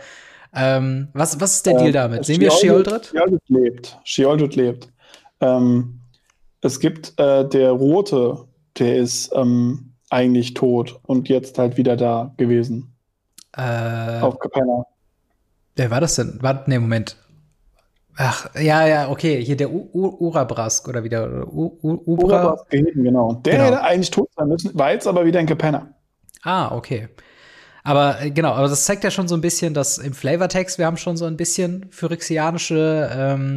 [SPEAKER 2] was ist der Deal damit? Sehen wir Sheoldred?
[SPEAKER 1] Sheoldred lebt. Es gibt der Rote, der ist eigentlich tot und jetzt halt wieder da gewesen. Auf Capenna.
[SPEAKER 2] Wer war das denn? Nee, Moment. Ach, ja, okay. Hier der Urabrask oder wieder
[SPEAKER 1] Urabrask, genau. Der hätte eigentlich tot sein müssen, war jetzt aber wieder in Capenna.
[SPEAKER 2] Ah, okay. Aber genau, aber das zeigt ja schon so ein bisschen, dass im Flavortext wir haben schon so ein bisschen phyrexianische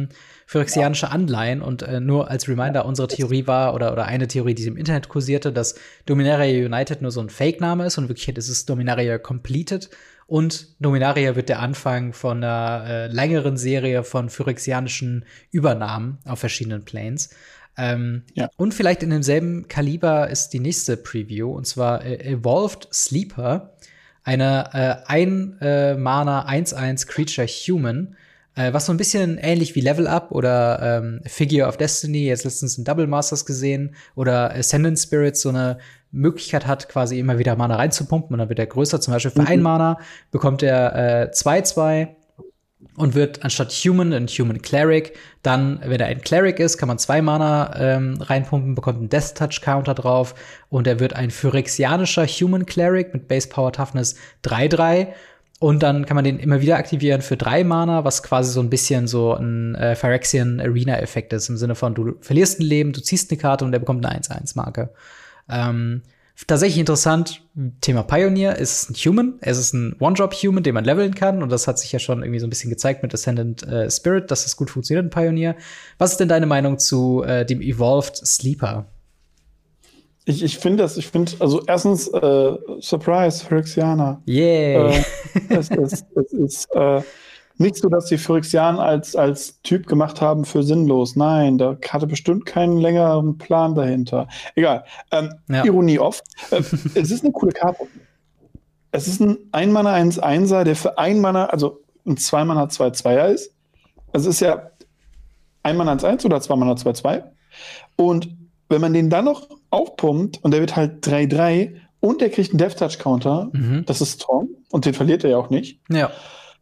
[SPEAKER 2] Anleihen und nur als Reminder, unsere Theorie war oder eine Theorie, die im Internet kursierte, dass Dominaria United nur so ein Fake-Name ist und in Wirklichkeit ist es Dominaria Completed Und Dominaria wird der Anfang von einer längeren Serie von phyrexianischen Übernahmen auf verschiedenen Planes. Und vielleicht in demselben Kaliber ist die nächste Preview, und zwar Evolved Sleeper, eine Mana 1/1 Creature Human, was so ein bisschen ähnlich wie Level Up oder Figure of Destiny, jetzt letztens in Double Masters gesehen, oder Ascendant Spirits so eine Möglichkeit hat, quasi immer wieder Mana reinzupumpen und dann wird er größer. Zum Beispiel für 1 Mana bekommt er 2/2 und wird anstatt Human ein Human Cleric. Dann, wenn er ein Cleric ist, kann man 2 Mana reinpumpen, bekommt einen Death Touch Counter drauf und er wird ein phyrexianischer Human Cleric mit Base Power Toughness 3/3. Und dann kann man den immer wieder aktivieren für 3 Mana, was quasi so ein bisschen so ein Phyrexian Arena-Effekt ist, im Sinne von, du verlierst ein Leben, du ziehst eine Karte und der bekommt eine 1/1-Marke. Tatsächlich interessant, Thema Pioneer, ist ein Human, es ist ein One-Drop-Human, den man leveln kann, und das hat sich ja schon irgendwie so ein bisschen gezeigt mit Ascendant Spirit, dass das gut funktioniert in Pioneer. Was ist denn deine Meinung zu dem Evolved Sleeper?
[SPEAKER 1] Ich finde, also erstens, Surprise, Phyrexianer.
[SPEAKER 2] Yeah.
[SPEAKER 1] Es ist nicht so, dass die Phyrexianer als Typ gemacht haben für sinnlos. Nein, da hatte bestimmt keinen längeren Plan dahinter. Egal. Ironie oft. Es ist eine coole Karte. Es ist ein 1-Mana 1/1er, der für 1 Mana, also ein 2-Mana 2/2er ist. Also es ist ja 1 Mana 1/1 oder 2 Mana 2/2. Und wenn man den dann noch aufpumpt und der wird halt 3/3 und der kriegt einen Death Touch Counter, das ist Storm und den verliert er ja auch nicht.
[SPEAKER 2] Ja.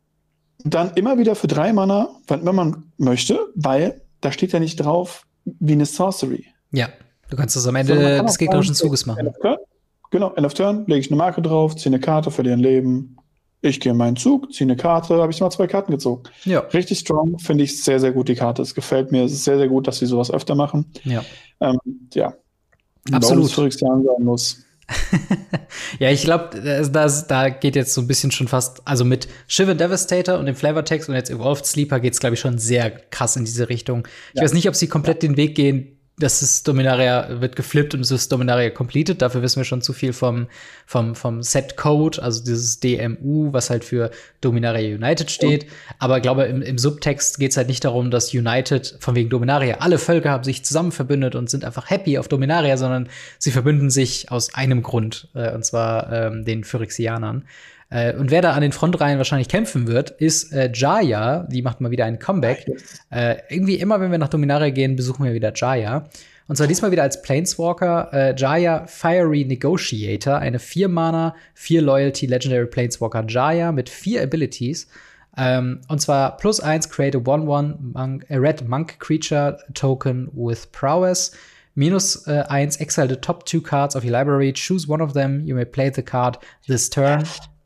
[SPEAKER 1] Dann immer wieder für 3 Mana, wann immer man möchte, weil da steht ja nicht drauf wie eine Sorcery.
[SPEAKER 2] Ja, du kannst das am Ende des gegnerischen Zuges machen.
[SPEAKER 1] Genau, End of Turn, lege ich eine Marke drauf, ziehe eine Karte, verliere ein Leben. Ich gehe in meinen Zug, ziehe eine Karte, habe ich mal 2 Karten gezogen. Ja. Richtig strong, finde ich sehr, sehr gut, die Karte. Es gefällt mir, es ist sehr, sehr gut, dass sie sowas öfter machen.
[SPEAKER 2] Ja.
[SPEAKER 1] Ja.
[SPEAKER 2] Absolut.
[SPEAKER 1] Sein muss.
[SPEAKER 2] Ja, ich glaube, da geht jetzt so ein bisschen schon fast, also mit Shivan Devastator und dem Flavortext und jetzt Evolved Sleeper geht's, glaube ich, schon sehr krass in diese Richtung. Ich weiß nicht, ob sie komplett den Weg gehen, dass es Dominaria wird geflippt und es ist Dominaria completed. Dafür wissen wir schon zu viel vom Set-Code, also dieses DMU, was halt für Dominaria United steht. Aber ich glaube, im Subtext geht es halt nicht darum, dass United, von wegen Dominaria, alle Völker haben sich zusammen verbündet und sind einfach happy auf Dominaria, sondern sie verbünden sich aus einem Grund, und zwar den Phyrexianern. Und wer da an den Frontreihen wahrscheinlich kämpfen wird, ist Jaya. Die macht mal wieder ein Comeback. Irgendwie immer, wenn wir nach Dominaria gehen, besuchen wir wieder Jaya. Und zwar diesmal wieder als Planeswalker. Jaya Fiery Negotiator, eine 4-Mana, 4 Loyalty Legendary Planeswalker Jaya mit 4 Abilities. Und zwar +1, create a 1/1 Red Monk Creature Token with Prowess. -1, exile the top 2 cards of your library. Choose one of them. You may play the card this turn.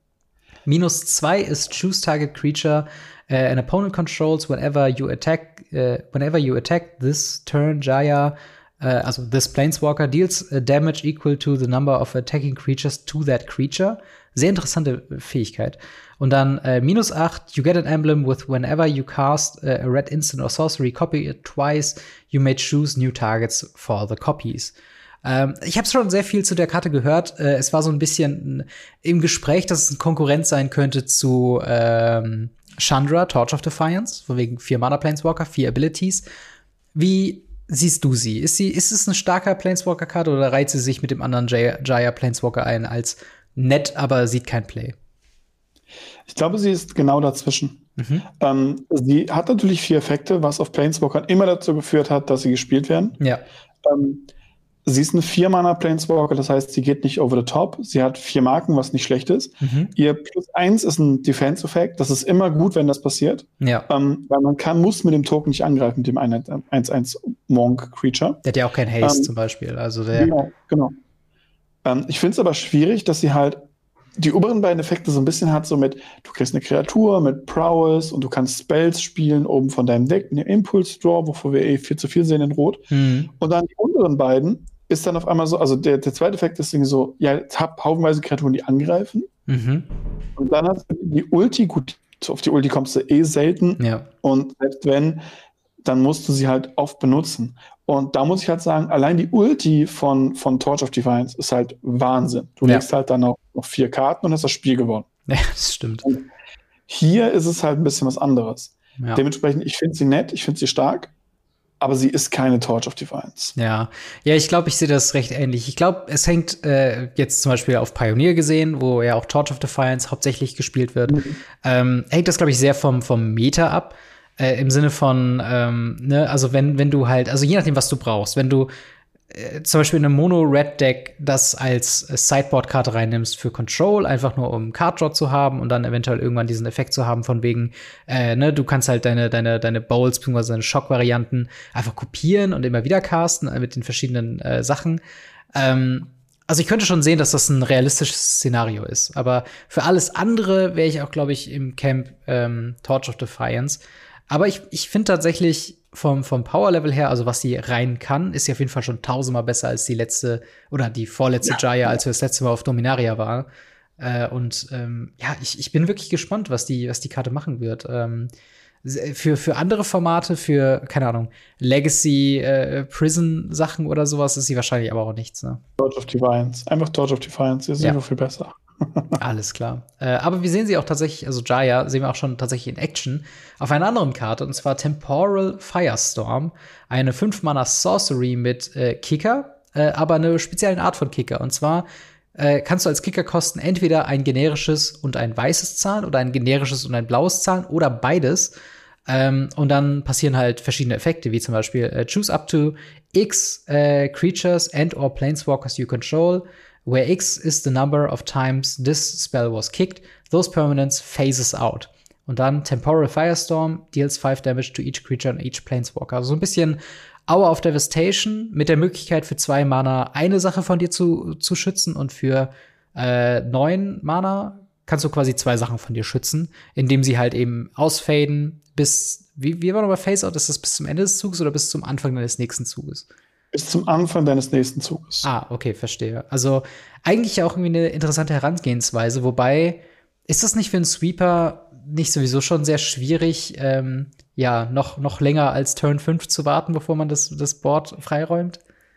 [SPEAKER 2] -2 ist choose target creature an opponent controls whenever you attack this turn. Jaya, also this Planeswalker, deals damage equal to the number of attacking creatures to that creature. Sehr interessante Fähigkeit. Und dann -8, you get an emblem with whenever you cast a red instant or sorcery, copy it twice. You may choose new targets for the copies. Ich habe schon sehr viel zu der Karte gehört. Es war so ein bisschen im Gespräch, dass es ein Konkurrent sein könnte zu Chandra, Torch of Defiance, von wegen 4 Mana Planeswalker, 4 Abilities. Wie siehst du sie? Ist es ein starker Planeswalker-Karte oder reiht sie sich mit dem anderen Jaya Planeswalker ein als nett, aber sieht kein Play?
[SPEAKER 1] Ich glaube, sie ist genau dazwischen. Sie hat natürlich 4 Effekte, was auf Planeswalkern immer dazu geführt hat, dass sie gespielt werden.
[SPEAKER 2] Ja.
[SPEAKER 1] Sie ist eine 4-Mana-Planeswalker, das heißt, sie geht nicht over the top. Sie hat 4 Marken, was nicht schlecht ist. Ihr +1 ist ein Defense-Effekt. Das ist immer gut, wenn das passiert.
[SPEAKER 2] Ja.
[SPEAKER 1] Weil man muss mit dem Token nicht angreifen, mit dem 1/1 Monk-Creature.
[SPEAKER 2] Der hat ja auch kein Haste zum Beispiel. Also
[SPEAKER 1] Genau. Ich finde es aber schwierig, dass sie halt die oberen beiden Effekte so ein bisschen hat, so mit, du kriegst eine Kreatur mit Prowess und du kannst Spells spielen oben von deinem Deck, eine Impulse Draw, wovor wir 4/4 sehen in Rot. Und dann die unteren beiden ist dann auf einmal so, also der zweite Effekt ist irgendwie so, ja, jetzt hab haufenweise Kreaturen, die angreifen. Und dann hast du die Ulti, gut, auf die Ulti kommst du selten.
[SPEAKER 2] Ja.
[SPEAKER 1] Und selbst wenn, dann musst du sie halt oft benutzen. Und da muss ich halt sagen, allein die Ulti von Torch of Defiance ist halt Wahnsinn. Du legst halt dann auch noch 4 Karten und hast das Spiel gewonnen.
[SPEAKER 2] Ja, das stimmt.
[SPEAKER 1] Und hier ist es halt ein bisschen was anderes.
[SPEAKER 2] Ja.
[SPEAKER 1] Dementsprechend, ich finde sie nett, ich finde sie stark, aber sie ist keine Torch of Defiance.
[SPEAKER 2] Ja, ich glaube, ich sehe das recht ähnlich. Ich glaube, es hängt jetzt zum Beispiel auf Pioneer gesehen, wo ja auch Torch of Defiance hauptsächlich gespielt wird. Hängt das, glaube ich, sehr vom Meta ab. Im Sinne von, ne, also wenn du halt, also je nachdem, was du brauchst, wenn du zum Beispiel in einem Mono-Red-Deck das als Sideboard-Karte reinnimmst für Control, einfach nur um Card-Draw zu haben und dann eventuell irgendwann diesen Effekt zu haben von wegen, ne, du kannst halt deine Bowls bzw. deine Schock-Varianten einfach kopieren und immer wieder casten mit den verschiedenen Sachen. Also ich könnte schon sehen, dass das ein realistisches Szenario ist. Aber für alles andere wäre ich auch, glaube ich, im Camp Torch of Defiance. Aber ich finde tatsächlich vom Power-Level her, also was sie rein kann, ist sie auf jeden Fall schon tausendmal besser als die letzte oder die vorletzte Jaya, als wir das letzte Mal auf Dominaria waren. Ich bin wirklich gespannt, was die Karte machen wird. Für andere Formate, für, keine Ahnung, Legacy, Prison-Sachen oder sowas, ist sie wahrscheinlich aber auch nichts, ne?
[SPEAKER 1] Torch of Defiance. Einfach Torch of Defiance. Die ist so viel besser.
[SPEAKER 2] Alles klar. Aber wir sehen sie auch tatsächlich, also Jaya sehen wir auch schon tatsächlich in Action auf einer anderen Karte, und zwar Temporal Firestorm. Eine 5-Mana Sorcery mit Kicker, aber eine spezielle Art von Kicker. Und zwar kannst du als Kickerkosten entweder ein generisches und ein weißes zahlen oder ein generisches und ein blaues zahlen oder beides. Und dann passieren halt verschiedene Effekte, wie zum Beispiel choose up to X creatures and or planeswalkers you control, where X is the number of times this spell was kicked, those permanents phases out. Und dann Temporal Firestorm deals 5 damage to each creature and each planeswalker. Also so ein bisschen Hour of Devastation mit der Möglichkeit für 2 Mana eine Sache von dir zu schützen, und für 9 Mana kannst du quasi 2 Sachen von dir schützen, indem sie halt eben ausfaden bis, wie war nochmal Phase-Out? Ist das bis zum Ende des Zuges oder bis zum Anfang deines nächsten Zuges?
[SPEAKER 1] Bis zum Anfang deines nächsten Zuges.
[SPEAKER 2] Ah, okay, verstehe. Also eigentlich auch irgendwie eine interessante Herangehensweise, wobei, ist das nicht für einen Sweeper nicht sowieso schon sehr schwierig, noch länger als Turn 5 zu warten, bevor man das Board freiräumt?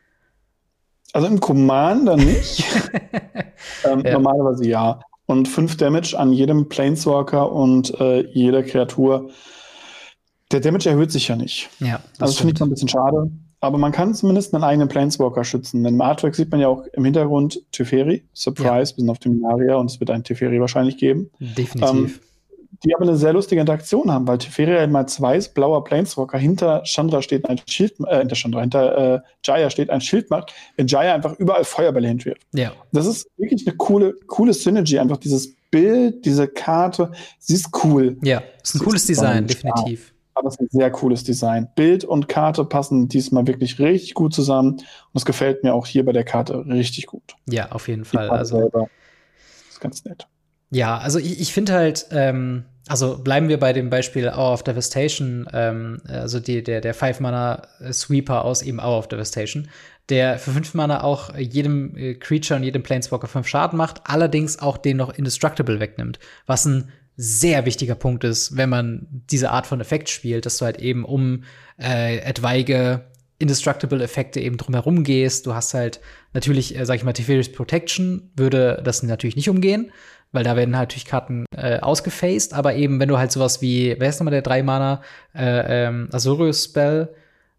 [SPEAKER 1] Also im Commander nicht. Normalerweise ja. Und 5 Damage an jedem Planeswalker und jeder Kreatur. Der Damage erhöht sich ja nicht.
[SPEAKER 2] Ja,
[SPEAKER 1] das finde ich mal ein bisschen schade. Aber man kann zumindest einen eigenen Planeswalker schützen. Denn im Artwork sieht man ja auch im Hintergrund Teferi. Surprise, wir sind auf Dominaria und es wird einen Teferi wahrscheinlich geben.
[SPEAKER 2] Definitiv.
[SPEAKER 1] Die aber eine sehr lustige Interaktion haben, weil Teferi halt mal 2 blauer Planeswalker, hinter Chandra steht ein Schild, hinter Jaya steht ein Schild macht, wenn Jaya einfach überall Feuerbälle hinwirft.
[SPEAKER 2] Ja.
[SPEAKER 1] Das ist wirklich eine coole Synergy, einfach dieses Bild, diese Karte, sie ist cool.
[SPEAKER 2] Ja, ist ein cooles Design, definitiv.
[SPEAKER 1] Aber es ist ein sehr cooles Design. Bild und Karte passen diesmal wirklich richtig gut zusammen. Und das gefällt mir auch hier bei der Karte richtig gut.
[SPEAKER 2] Ja, auf jeden Fall.
[SPEAKER 1] Also selber ist ganz nett.
[SPEAKER 2] Ja, also ich finde halt, also bleiben wir bei dem Beispiel Hour of Devastation, also der 5-Mana-Sweeper aus eben Hour of Devastation, der für 5 Mana auch jedem Creature und jedem Planeswalker 5 Schaden macht, allerdings auch den noch Indestructible wegnimmt, was ein sehr wichtiger Punkt ist, wenn man diese Art von Effekt spielt, dass du halt eben um etwaige Indestructible-Effekte eben drumherum gehst. Du hast halt natürlich, sag ich mal, Teferi's Protection würde das natürlich nicht umgehen, weil da werden natürlich Karten ausgefaced, aber eben, wenn du halt sowas wie, wer ist nochmal der 3-Mana Azorius-Spell,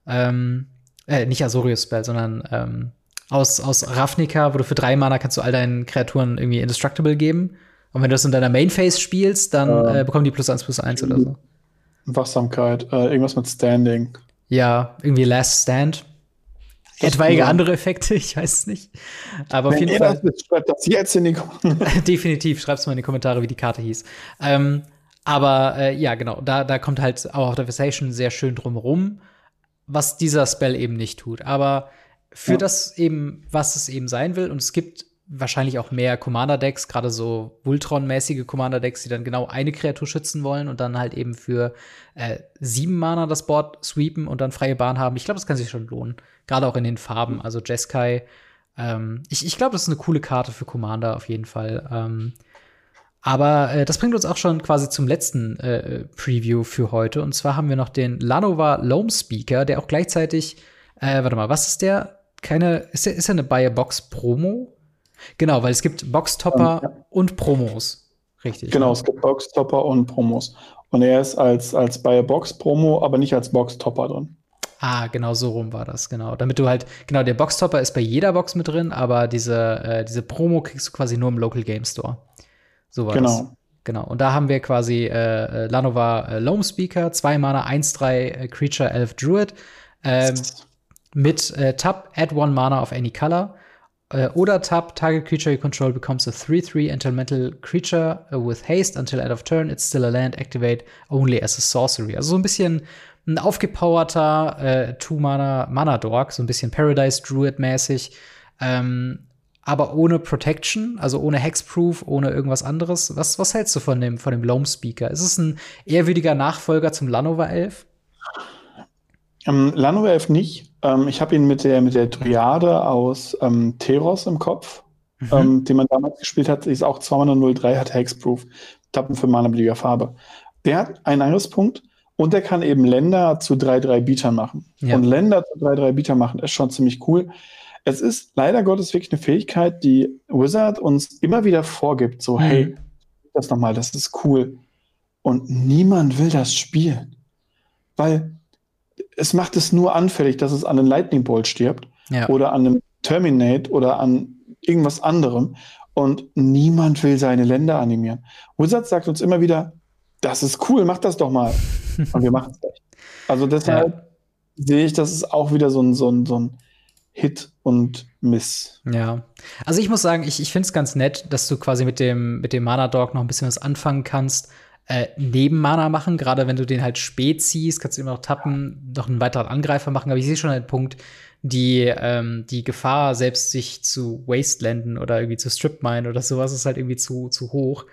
[SPEAKER 2] nicht Azorius-Spell, sondern aus Ravnica, wo du für 3 Mana kannst du all deinen Kreaturen irgendwie Indestructible geben. Und wenn du das in deiner Main-Phase spielst, dann bekommen die +1/+1 oder so.
[SPEAKER 1] Wachsamkeit, irgendwas mit Standing.
[SPEAKER 2] Ja, irgendwie Last Stand. Etwaige andere Effekte, ich weiß es nicht. Aber auf jeden Fall.
[SPEAKER 1] Schreibt das jetzt in die Kommentare.
[SPEAKER 2] Definitiv, schreib's mal in die Kommentare, wie die Karte hieß. Ja, genau, da kommt halt auch Devastation sehr schön drumherum, was dieser Spell eben nicht tut. Aber für das eben, was es eben sein will, und es gibt wahrscheinlich auch mehr Commander-Decks, gerade so Voltron-mäßige Commander-Decks, die dann genau eine Kreatur schützen wollen und dann halt eben für 7 Mana das Board sweepen und dann freie Bahn haben. Ich glaube, das kann sich schon lohnen. Gerade auch in den Farben. Also Jeskai. Ich glaube, das ist eine coole Karte für Commander auf jeden Fall. Aber das bringt uns auch schon quasi zum letzten Preview für heute. Und zwar haben wir noch den Llanowar Loam Speaker, der auch gleichzeitig warte mal, was ist der? Ist er eine Buy-a-Box-Promo? Genau, weil es gibt Boxtopper und Promos. richtig.
[SPEAKER 1] Genau,
[SPEAKER 2] Ne?
[SPEAKER 1] es gibt Boxtopper und Promos. Und er ist als bei Box-Promo, aber nicht als Boxtopper drin.
[SPEAKER 2] Ah, genau so rum war das, genau. Damit du halt, genau, der Boxtopper ist bei jeder Box mit drin, aber diese Promo kriegst du quasi nur im Local Game Store. So war das.
[SPEAKER 1] Genau.
[SPEAKER 2] Genau. Und da haben wir quasi Llanowar Loam Speaker, 2 Mana, 1/3 Creature, Elf Druid. Mit Tap, add 1 Mana of any color. Oder Tap, target creature you control becomes a 3/3 elemental creature with haste until end of turn. It's still a land, activate only as a sorcery. Also so ein bisschen ein aufgepowerter 2-Mana-Mana-Dork, so ein bisschen Paradise Druid-mäßig. Aber ohne Protection, also ohne Hexproof, ohne irgendwas anderes. Was hältst du von dem Loam Speaker? Ist es ein ehrwürdiger Nachfolger zum Llanowar Elf?
[SPEAKER 1] Llanowar Elf nicht. Ich habe ihn mit der Dryade aus Teros im Kopf, den man damals gespielt hat. Ist auch 2 Mana 0/3, hat Hexproof. Tappen für Mana beliebiger Farbe. Der hat einen Angriffspunkt und der kann eben Länder zu 3/3 Bietern machen.
[SPEAKER 2] Ja.
[SPEAKER 1] Und Länder zu 3/3 Bietern machen ist schon ziemlich cool. Es ist leider Gottes wirklich eine Fähigkeit, die Wizard uns immer wieder vorgibt. So, hey, das nochmal, das ist cool. Und niemand will das spielen. Weil es macht es nur anfällig, dass es an einem Lightning Bolt stirbt.
[SPEAKER 2] Ja.
[SPEAKER 1] Oder an einem Terminate oder an irgendwas anderem. Und niemand will seine Länder animieren. Wizard sagt uns immer wieder, das ist cool, mach das doch mal. Und wir machen es nicht. Also deshalb sehe ich, das ist auch wieder so ein Hit und Miss.
[SPEAKER 2] Ja. Also ich muss sagen, ich finde es ganz nett, dass du quasi mit dem Mana-Dog noch ein bisschen was anfangen kannst. Neben Mana machen, gerade wenn du den halt spät ziehst, kannst du immer noch tappen, noch einen weiteren Angreifer machen. Aber ich sehe schon einen Punkt, die Gefahr, selbst sich zu Wastelanden oder irgendwie zu Strip-Mine oder sowas, ist halt irgendwie zu hoch.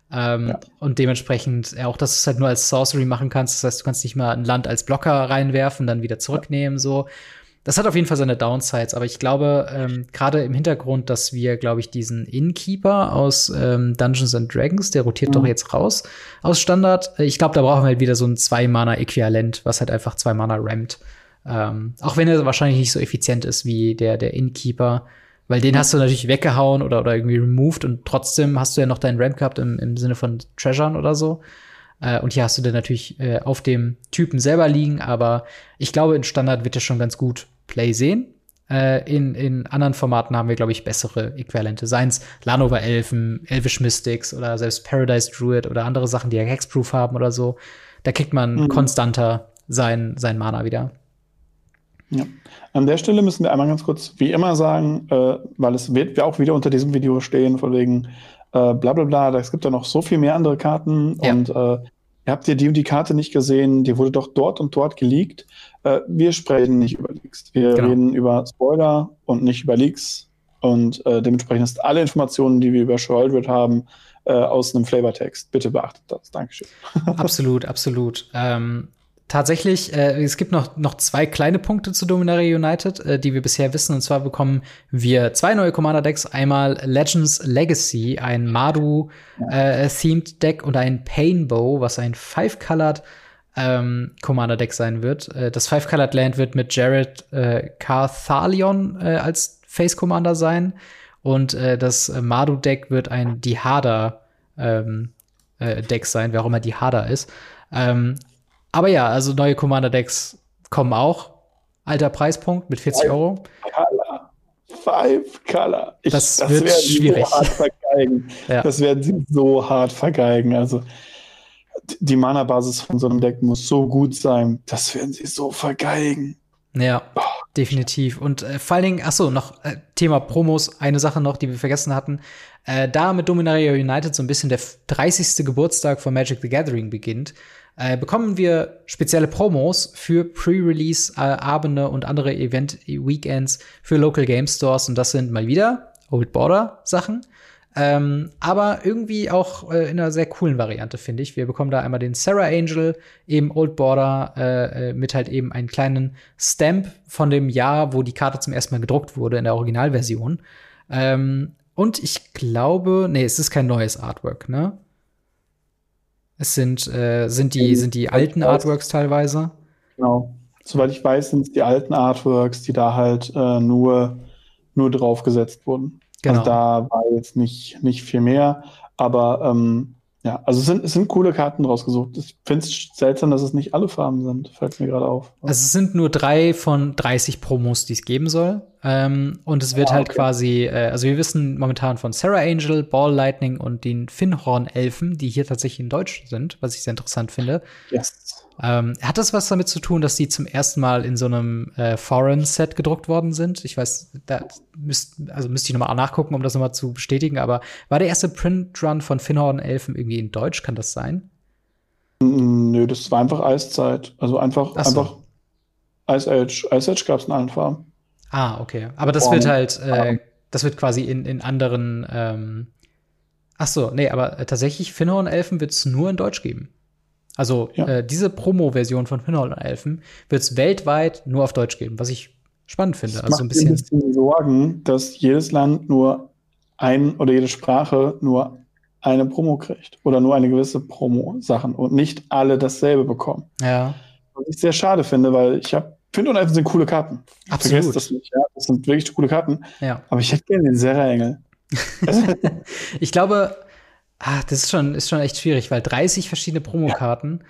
[SPEAKER 2] Und dementsprechend auch, dass du es halt nur als Sorcery machen kannst. Das heißt, du kannst nicht mal ein Land als Blocker reinwerfen, dann wieder zurücknehmen, so. Das hat auf jeden Fall seine Downsides, aber ich glaube, gerade im Hintergrund, dass wir, glaube ich, diesen Innkeeper aus Dungeons and Dragons, der rotiert doch jetzt raus aus Standard. Ich glaube, da brauchen wir halt wieder so ein 2-Mana-Äquivalent, was halt einfach 2 Mana rammt. Auch wenn er wahrscheinlich nicht so effizient ist wie der Innkeeper, weil den hast du natürlich weggehauen oder irgendwie removed und trotzdem hast du ja noch deinen Ramp gehabt im Sinne von Treasuren oder so. Und hier hast du dann natürlich auf dem Typen selber liegen, aber ich glaube, in Standard wird er schon ganz gut Play sehen. In anderen Formaten haben wir, glaube ich, bessere Äquivalente. Seien's Llanowar Elfen, Elvish Mystics oder selbst Paradise Druid oder andere Sachen, die ja Hexproof haben oder so. Da kriegt man konstanter sein Mana wieder.
[SPEAKER 1] Ja. An der Stelle müssen wir einmal ganz kurz, wie immer, sagen, weil es wird auch wieder unter diesem Video stehen, von wegen bla bla bla, es gibt ja noch so viel mehr andere Karten und ihr habt ja die Karte nicht gesehen, die wurde doch dort und dort geleakt. Wir sprechen nicht über Leaks. Wir reden über Spoiler und nicht über Leaks. Und dementsprechend ist alle Informationen, die wir über Sheoldred haben, aus einem Flavortext. Bitte beachtet das. Dankeschön.
[SPEAKER 2] Absolut, absolut. Tatsächlich, es gibt noch 2 kleine Punkte zu Dominaria United, die wir bisher wissen. Und zwar bekommen wir 2 neue Commander-Decks. Einmal Legends Legacy, ein Mardu-themed Deck und ein Painbow, was ein 5-Colored Commander-Deck sein wird. Das 5-Colored Land wird mit Jared Carthalion als Face-Commander sein. Und das Mardu-Deck wird ein Dihada Deck sein, wer auch immer Dihada ist. Aber ja, also neue Commander-Decks kommen auch. Alter Preispunkt mit 40 €.
[SPEAKER 1] 5 Color.
[SPEAKER 2] Das wird schwierig.
[SPEAKER 1] So hart vergeigen. Das werden sie so hart vergeigen. Also die Mana-Basis von so einem Deck muss so gut sein. Das werden sie so vergeigen.
[SPEAKER 2] Ja, definitiv. Und vor allen Dingen, noch Thema Promos, eine Sache noch, die wir vergessen hatten. Da mit Dominaria United so ein bisschen der 30. Geburtstag von Magic the Gathering beginnt, bekommen wir spezielle Promos für Pre-Release-Abende und andere Event-Weekends für Local Game Stores. Und das sind mal wieder Old Border-Sachen. Aber irgendwie auch in einer sehr coolen Variante, finde ich. Wir bekommen da einmal den Sarah Angel, eben Old Border, mit halt eben einen kleinen Stamp von dem Jahr, wo die Karte zum ersten Mal gedruckt wurde, in der Originalversion. Und ich glaube, es ist kein neues Artwork, ne? Es sind die alten Artworks teilweise.
[SPEAKER 1] Genau. Soweit ich weiß, sind es die alten Artworks, die da halt nur draufgesetzt wurden. Genau. Also da war jetzt nicht viel mehr, aber Ja, also es sind coole Karten rausgesucht. Ich finde es seltsam, dass es nicht alle Farben sind. Fällt mir gerade auf.
[SPEAKER 2] Also es sind nur 3 von 30 Promos, die es geben soll. Und es wird halt quasi, also wir wissen momentan von Sarah Angel, Ball Lightning und den Finnhorn-Elfen, die hier tatsächlich in Deutsch sind, was ich sehr interessant finde.
[SPEAKER 1] Yes.
[SPEAKER 2] Hat das was damit zu tun, dass die zum ersten Mal in so einem Foreign-Set gedruckt worden sind? Ich weiß, da müsste ich noch mal nachgucken, um das noch mal zu bestätigen. Aber war der erste Print-Run von Finnhorn-Elfen irgendwie in Deutsch? Kann das sein?
[SPEAKER 1] Nö, das war einfach Eiszeit. Also einfach Ice Age. Ice Age gab es in allen Farben.
[SPEAKER 2] Ah, okay. Aber das wird halt, das wird quasi in anderen aber tatsächlich Finnhorn-Elfen wird es nur in Deutsch geben. Also diese Promo-Version von Finnhorn-Elfen wird es weltweit nur auf Deutsch geben, was ich spannend finde.
[SPEAKER 1] Das
[SPEAKER 2] also
[SPEAKER 1] macht mir ein bisschen Sorgen, dass jedes Land oder jede Sprache nur eine Promo kriegt oder nur eine gewisse Promo-Sachen und nicht alle dasselbe bekommen.
[SPEAKER 2] Ja.
[SPEAKER 1] Was ich sehr schade finde, weil Finnhorn-Elfen sind coole Karten.
[SPEAKER 2] Absolut.
[SPEAKER 1] Vergesst das nicht, ja. Das sind wirklich coole Karten.
[SPEAKER 2] Ja.
[SPEAKER 1] Aber ich hätte gerne den Serra-Engel.
[SPEAKER 2] Ich glaube, das ist schon echt schwierig, weil 30 verschiedene Promokarten.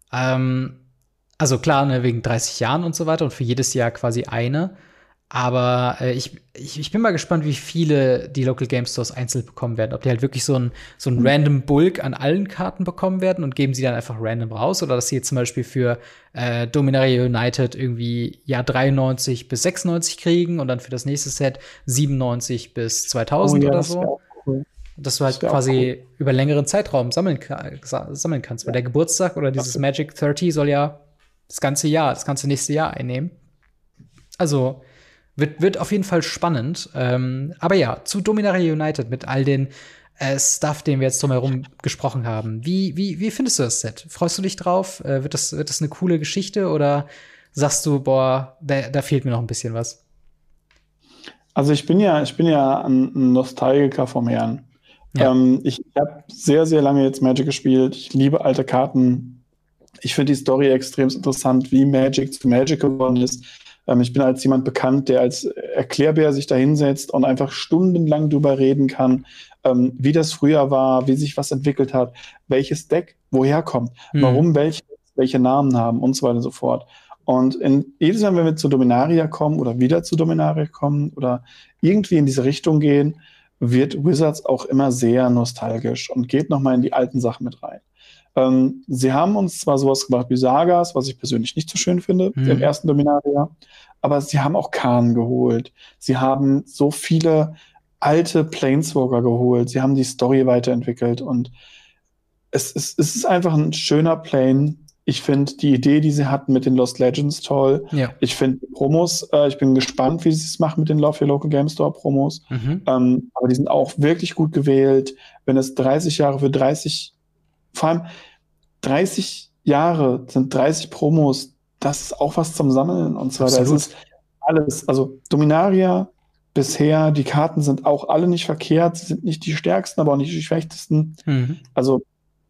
[SPEAKER 2] Also klar, ne, wegen 30 Jahren und so weiter und für jedes Jahr quasi eine. Aber ich bin mal gespannt, wie viele die Local Game Stores einzeln bekommen werden. Ob die halt wirklich so ein random Bulk an allen Karten bekommen werden und geben sie dann einfach random raus. Oder dass sie jetzt zum Beispiel für Dominaria United irgendwie Jahr 93 bis 96 kriegen und dann für das nächste Set 97 bis 2000 oder so.
[SPEAKER 1] Cool.
[SPEAKER 2] Dass du halt quasi über längeren Zeitraum sammeln kannst. Weil der Geburtstag oder dieses Magic 30 soll ja das ganze nächste Jahr einnehmen. Also wird auf jeden Fall spannend. Aber ja, zu Dominaria United mit all den Stuff, den wir jetzt drumherum gesprochen haben. Wie findest du das Set? Freust du dich drauf? Wird das eine coole Geschichte oder sagst du, boah, da fehlt mir noch ein bisschen was?
[SPEAKER 1] Also ich bin ja ein Nostalgiker vom Herrn.
[SPEAKER 2] Ja.
[SPEAKER 1] Ich habe sehr, sehr lange jetzt Magic gespielt. Ich liebe alte Karten. Ich finde die Story extrem interessant, wie Magic zu Magic geworden ist. Ich bin als jemand bekannt, der als Erklärbär sich da hinsetzt und einfach stundenlang drüber reden kann, wie das früher war, wie sich was entwickelt hat, welches Deck woher kommt, warum welche Namen haben und so weiter und so fort. Und jedes Mal, wenn wir zu Dominaria kommen oder wieder zu Dominaria kommen oder irgendwie in diese Richtung gehen, wird Wizards auch immer sehr nostalgisch und geht nochmal in die alten Sachen mit rein. Sie haben uns zwar sowas gemacht wie Sagas, was ich persönlich nicht so schön finde, im ersten Dominaria, aber sie haben auch Khan geholt. Sie haben so viele alte Planeswalker geholt. Sie haben die Story weiterentwickelt und es ist einfach ein schöner Plane. Ich finde die Idee, die sie hatten mit den Lost Legends, toll.
[SPEAKER 2] Ja.
[SPEAKER 1] Ich finde die Promos, ich bin gespannt, wie sie es machen mit den Love Your Local Game Store Promos. Aber die sind auch wirklich gut gewählt. Wenn es 30 Jahre für 30, vor allem 30 Jahre sind 30 Promos, das ist auch was zum Sammeln und so weiter. Das ist alles, also Dominaria bisher, die Karten sind auch alle nicht verkehrt, sie sind nicht die stärksten, aber auch nicht die schwächsten. Also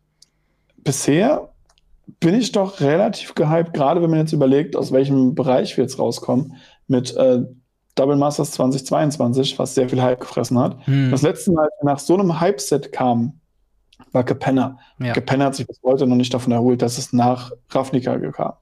[SPEAKER 1] bisher bin ich doch relativ gehypt, gerade wenn man jetzt überlegt, aus welchem Bereich wir jetzt rauskommen, mit Double Masters 2022, was sehr viel Hype gefressen hat. Das letzte Mal, als wir nach so einem Hype-Set kamen, war Capenna.
[SPEAKER 2] Ja.
[SPEAKER 1] Capenna hat sich bis heute noch nicht davon erholt, dass es nach Ravnica kam.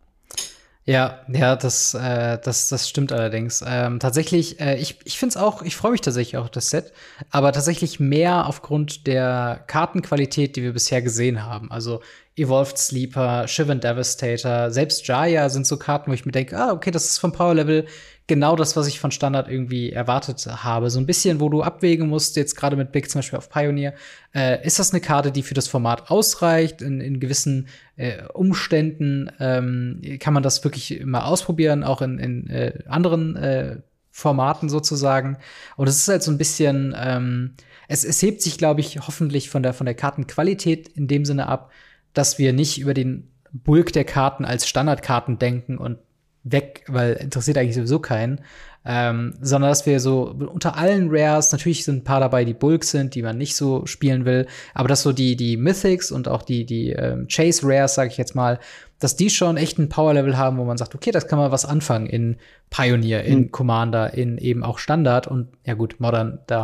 [SPEAKER 2] Ja, das stimmt allerdings. Tatsächlich, ich finde es auch, ich freue mich tatsächlich auch auf das Set, aber tatsächlich mehr aufgrund der Kartenqualität, die wir bisher gesehen haben. Also Evolved Sleeper, Shivan Devastator, selbst Jaya sind so Karten, wo ich mir denke, okay, das ist vom Power Level genau das, was ich von Standard irgendwie erwartet habe. So ein bisschen, wo du abwägen musst, jetzt gerade mit Big zum Beispiel auf Pioneer, ist das eine Karte, die für das Format ausreicht? In gewissen Umständen kann man das wirklich mal ausprobieren, auch in anderen Formaten sozusagen. Und es ist halt so ein bisschen, es hebt sich, glaube ich, hoffentlich von der Kartenqualität in dem Sinne ab, dass wir nicht über den Bulk der Karten als Standardkarten denken und weg, weil interessiert eigentlich sowieso keinen, sondern dass wir so unter allen Rares, natürlich sind ein paar dabei, die Bulk sind, die man nicht so spielen will, aber dass so die Mythics und auch die Chase Rares, sage ich jetzt mal, dass die schon echt ein Power-Level haben, wo man sagt, okay, das kann man was anfangen in Pioneer, in Commander, in eben auch Standard und ja gut, Modern, da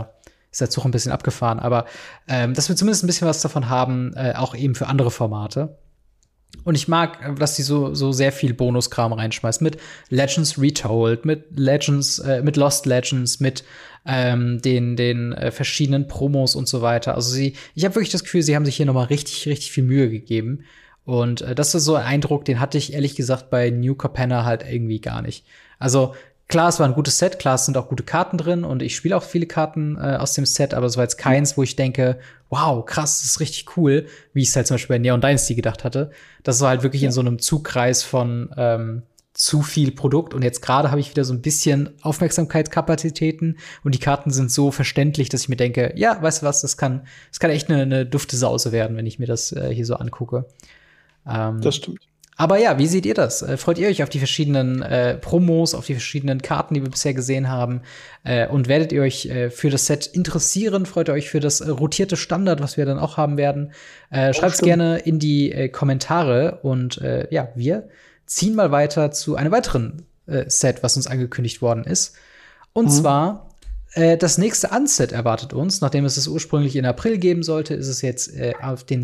[SPEAKER 2] ist der Zug ein bisschen abgefahren, aber dass wir zumindest ein bisschen was davon haben, auch eben für andere Formate. Und ich mag, dass die so sehr viel Bonuskram reinschmeißt. Mit Legends Retold, mit Lost Legends, mit den verschiedenen Promos und so weiter. Also ich habe wirklich das Gefühl, sie haben sich hier noch mal richtig, richtig viel Mühe gegeben. Und das ist so ein Eindruck, den hatte ich ehrlich gesagt bei New Capenna halt irgendwie gar nicht. Also klar, es war ein gutes Set, klar, es sind auch gute Karten drin und ich spiele auch viele Karten aus dem Set, aber es war jetzt keins, wo ich denke, wow, krass, das ist richtig cool, wie ich es halt zum Beispiel bei Neon Dynasty gedacht hatte. Das war halt wirklich in so einem Zugkreis von zu viel Produkt und jetzt gerade habe ich wieder so ein bisschen Aufmerksamkeitskapazitäten und die Karten sind so verständlich, dass ich mir denke, ja, weißt du was, das kann echt eine dufte Sause werden, wenn ich mir das hier so angucke.
[SPEAKER 1] Das stimmt.
[SPEAKER 2] Aber ja, wie seht ihr das? Freut ihr euch auf die verschiedenen Promos, auf die verschiedenen Karten, die wir bisher gesehen haben? Und werdet ihr euch für das Set interessieren? Freut ihr euch für das rotierte Standard, was wir dann auch haben werden? Schreibt es gerne in die Kommentare. Und ja, wir ziehen mal weiter zu einem weiteren Set, was uns angekündigt worden ist. Und zwar das nächste Unset erwartet uns. Nachdem es ursprünglich in April geben sollte, ist es jetzt auf den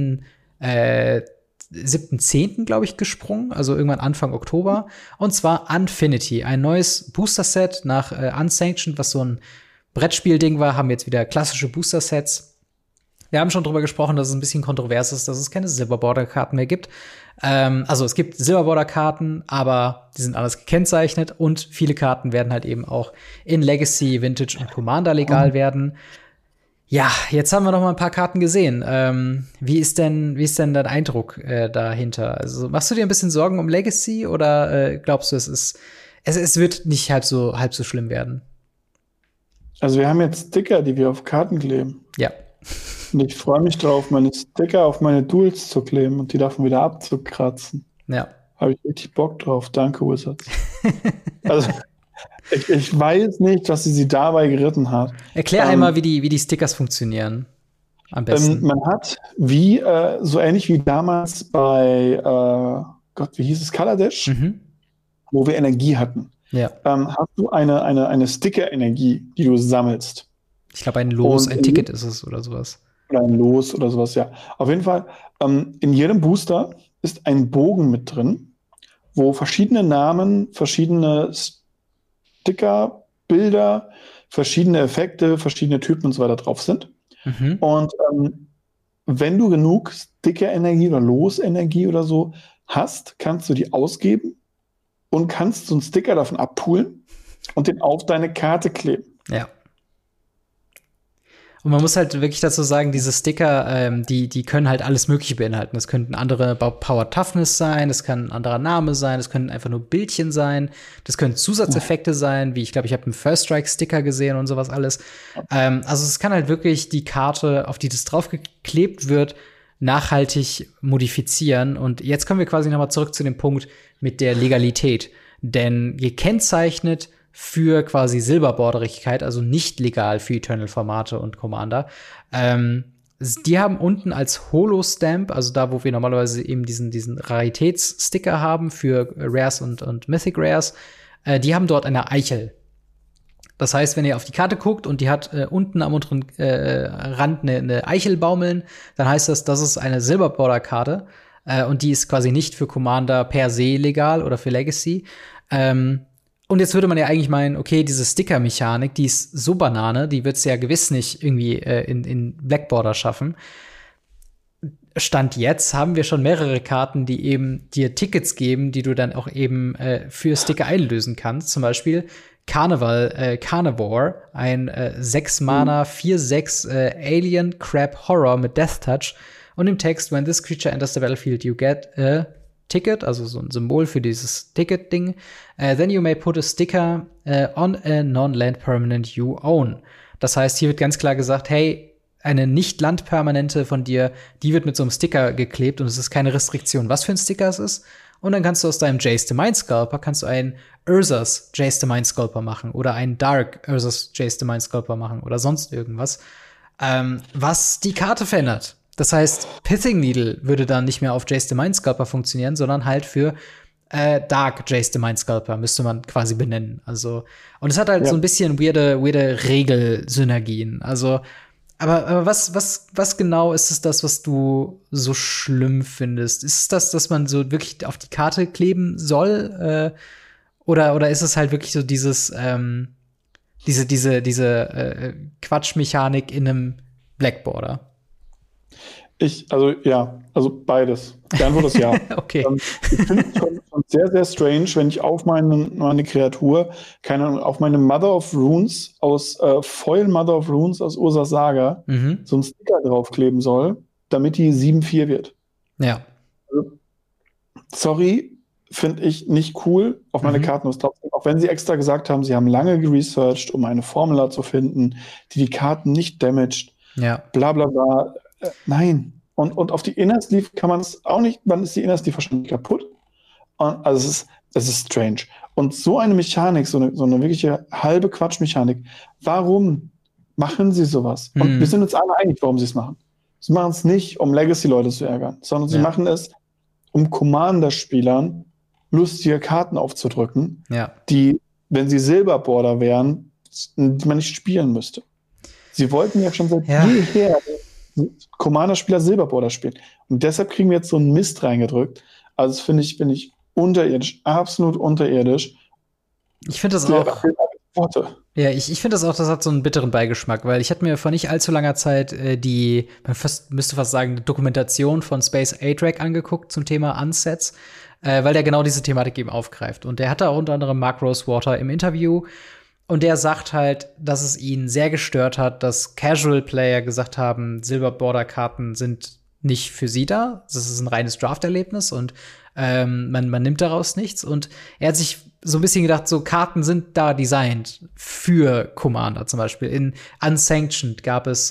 [SPEAKER 2] 7.10., glaube ich, gesprungen, also irgendwann Anfang Oktober. Und zwar Unfinity, ein neues Booster-Set nach Unsanctioned, was so ein Brettspiel-Ding war, haben jetzt wieder klassische Booster-Sets. Wir haben schon drüber gesprochen, dass es ein bisschen kontrovers ist, dass es keine Silver-Border-Karten mehr gibt. Also es gibt Silver-Border-Karten, aber die sind alles gekennzeichnet und viele Karten werden halt eben auch in Legacy, Vintage und Commander legal werden. Ja, jetzt haben wir noch mal ein paar Karten gesehen. Wie ist denn dein Eindruck dahinter? Also machst du dir ein bisschen Sorgen um Legacy oder glaubst du, es wird nicht halb so schlimm werden?
[SPEAKER 1] Also wir haben jetzt Sticker, die wir auf Karten kleben.
[SPEAKER 2] Ja.
[SPEAKER 1] Und ich freue mich drauf, meine Sticker auf meine Duels zu kleben und die davon wieder abzukratzen.
[SPEAKER 2] Ja.
[SPEAKER 1] Habe ich richtig Bock drauf. Danke, Wizards. Also ich weiß nicht, was sie dabei geritten hat.
[SPEAKER 2] Erklär einmal, wie die Stickers funktionieren. Am besten.
[SPEAKER 1] Man hat so ähnlich wie damals bei wie hieß es, Kaladesh, wo wir Energie hatten.
[SPEAKER 2] Ja.
[SPEAKER 1] Hast du eine Sticker-Energie, die du sammelst.
[SPEAKER 2] Ich glaube, ein Los, ein Ticket ist es oder sowas.
[SPEAKER 1] Oder ein Los oder sowas, ja. Auf jeden Fall, in jedem Booster ist ein Bogen mit drin, wo verschiedene Namen, verschiedene Sticker, Bilder, verschiedene Effekte, verschiedene Typen und so weiter drauf sind. Und wenn du genug Sticker-Energie oder Los-Energie oder so hast, kannst du die ausgeben und kannst so einen Sticker davon abpoolen und den auf deine Karte kleben.
[SPEAKER 2] Ja. Und man muss halt wirklich dazu sagen, diese Sticker, die können halt alles Mögliche beinhalten. Das könnten andere Power Toughness sein, das kann ein anderer Name sein, das können einfach nur Bildchen sein, das können Zusatzeffekte sein, wie ich glaube, ich habe einen First Strike Sticker gesehen und sowas alles. Also es kann halt wirklich die Karte, auf die das draufgeklebt wird, nachhaltig modifizieren. Und jetzt kommen wir quasi noch mal zurück zu dem Punkt mit der Legalität. Denn gekennzeichnet für quasi Silberborderigkeit, also nicht legal für Eternal-Formate und Commander. Die haben unten als Holo-Stamp, also da, wo wir normalerweise eben diesen Raritätssticker haben für Rares und Mythic Rares, die haben dort eine Eichel. Das heißt, wenn ihr auf die Karte guckt und die hat unten am unteren Rand eine Eichel baumeln, dann heißt das ist eine Silberborder-Karte und die ist quasi nicht für Commander per se legal oder für Legacy. Und jetzt würde man ja eigentlich meinen, okay, diese Sticker-Mechanik, die ist so Banane, die wird's ja gewiss nicht irgendwie in Blackborder schaffen. Stand jetzt haben wir schon mehrere Karten, die eben dir Tickets geben, die du dann auch eben für Sticker einlösen kannst. Zum Beispiel Carnivore, ein 6-Mana, 4/6 Alien Crab Horror mit Death Touch. Und im Text, when this creature enters the battlefield, you get a Ticket, also so ein Symbol für dieses Ticket-Ding. Then you may put a sticker on a non-land permanent you own. Das heißt, hier wird ganz klar gesagt, hey, eine Nicht-Land-Permanente von dir, die wird mit so einem Sticker geklebt und es ist keine Restriktion, was für ein Sticker es ist. Und dann kannst du aus deinem Jace the Mind Sculptor einen Urza's Jace the Mind Sculptor machen oder einen Dark Urza's Jace the Mind Sculptor machen oder sonst irgendwas, was die Karte verändert. Das heißt, Pithing Needle würde dann nicht mehr auf Jace the Mind Sculptor funktionieren, sondern halt für Dark Jace the Mind Sculptor müsste man quasi benennen. Also, und es hat halt so ein bisschen weirde Regelsynergien. Also, aber was genau ist es das, was du so schlimm findest? Ist es das, dass man so wirklich auf die Karte kleben soll? Oder ist es halt wirklich so diese Quatschmechanik in einem Blackborder?
[SPEAKER 1] Also beides. Die Antwort ist ja.
[SPEAKER 2] Okay.
[SPEAKER 1] Ich finde es schon sehr, sehr strange, wenn ich auf meine Kreatur, keine Ahnung, auf meine Mother of Runes Foil Mother of Runes aus Ursa Saga so einen Sticker draufkleben soll, damit die 7/4 wird.
[SPEAKER 2] Ja.
[SPEAKER 1] Also, sorry, finde ich nicht cool. Auf meine Karten ist trotzdem, auch wenn sie extra gesagt haben, sie haben lange geresearched, um eine Formula zu finden, die Karten nicht damaged.
[SPEAKER 2] Ja.
[SPEAKER 1] Bla bla bla. Nein. Und auf die Inner Sleeve kann man es auch nicht, dann ist die Inner Sleeve wahrscheinlich kaputt. Also es ist strange. Und so eine Mechanik, so eine wirkliche halbe Quatschmechanik, warum machen sie sowas? Und wir sind uns alle einig, warum sie es machen. Sie machen es nicht, um Legacy-Leute zu ärgern, sondern sie machen es, um Commander-Spielern lustige Karten aufzudrücken, die, wenn sie Silberborder wären, die man nicht spielen müsste. Sie wollten ja schon seit jeher Commander-Spieler Silberborder spielen. Und deshalb kriegen wir jetzt so einen Mist reingedrückt. Also das finde ich unterirdisch, absolut unterirdisch.
[SPEAKER 2] Ich finde das auch. Ja, ich finde das auch, das hat so einen bitteren Beigeschmack, weil ich hatte mir vor nicht allzu langer Zeit müsste fast sagen, eine Dokumentation von Space A-Track angeguckt zum Thema Unsets, weil der genau diese Thematik eben aufgreift. Und der hatte auch unter anderem Mark Rosewater im Interview. Und der sagt halt, dass es ihn sehr gestört hat, dass Casual-Player gesagt haben, Silberborder-Karten sind nicht für sie da. Das ist ein reines Draft-Erlebnis und man nimmt daraus nichts. Und er hat sich so ein bisschen gedacht, so Karten sind da designt für Commander zum Beispiel. In Unsanctioned gab es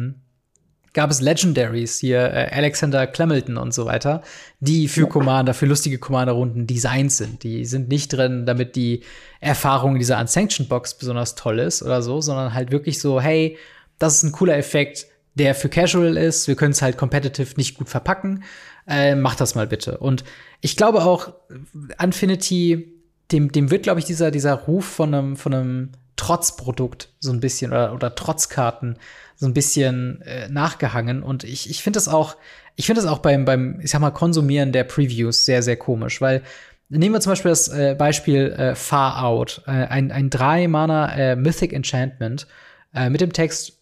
[SPEAKER 2] Legendaries, hier Alexander Clemilton und so weiter, die für Commander, für lustige Commander-Runden designt sind. Die sind nicht drin, damit die Erfahrung in dieser Unsanctioned-Box besonders toll ist oder so, sondern halt wirklich so, hey, das ist ein cooler Effekt, der für Casual ist. Wir können es halt competitive nicht gut verpacken. Mach das mal bitte. Und ich glaube auch, Unfinity, dem wird, glaube ich, dieser Ruf von einem Trotzprodukt so ein bisschen oder Trotzkarten so ein bisschen nachgehangen. Und ich finde das auch beim, ich sag mal, Konsumieren der Previews sehr, sehr komisch, weil nehmen wir zum Beispiel das Beispiel Far Out, ein 3-Mana Mythic Enchantment mit dem Text,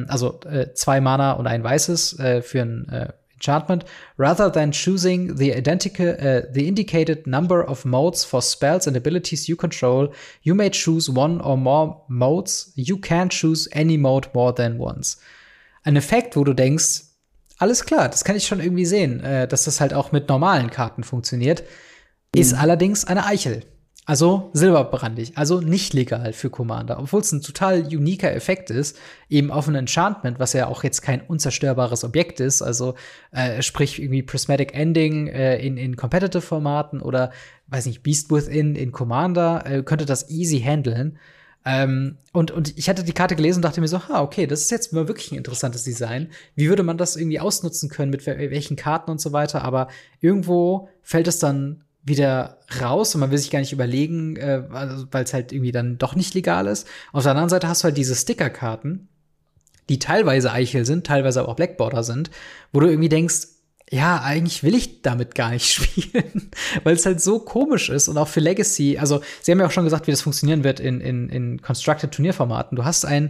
[SPEAKER 2] 2 Mana und ein weißes für ein Enchantment. Rather than choosing the indicated number of modes for spells and abilities you control, you may choose one or more modes. You can choose any mode more than once. Ein Effekt, wo du denkst, alles klar, das kann ich schon irgendwie sehen, dass das halt auch mit normalen Karten funktioniert, ist allerdings eine Eichel. Also silberbrandig, also nicht legal für Commander. Obwohl es ein total uniker Effekt ist, eben auf ein Enchantment, was ja auch jetzt kein unzerstörbares Objekt ist, also sprich irgendwie Prismatic Ending in Competitive-Formaten oder, weiß nicht, Beast Within in Commander, könnte das easy handeln. Und ich hatte die Karte gelesen und dachte mir so, okay, das ist jetzt mal wirklich ein interessantes Design. Wie würde man das irgendwie ausnutzen können, mit welchen Karten und so weiter? Aber irgendwo fällt es dann wieder raus und man will sich gar nicht überlegen, weil es halt irgendwie dann doch nicht legal ist. Auf der anderen Seite hast du halt diese Sticker-Karten, die teilweise Eichel sind, teilweise aber auch Blackborder sind, wo du irgendwie denkst, ja, eigentlich will ich damit gar nicht spielen, weil es halt so komisch ist und auch für Legacy, also sie haben ja auch schon gesagt, wie das funktionieren wird in Constructed Turnierformaten. Du hast ein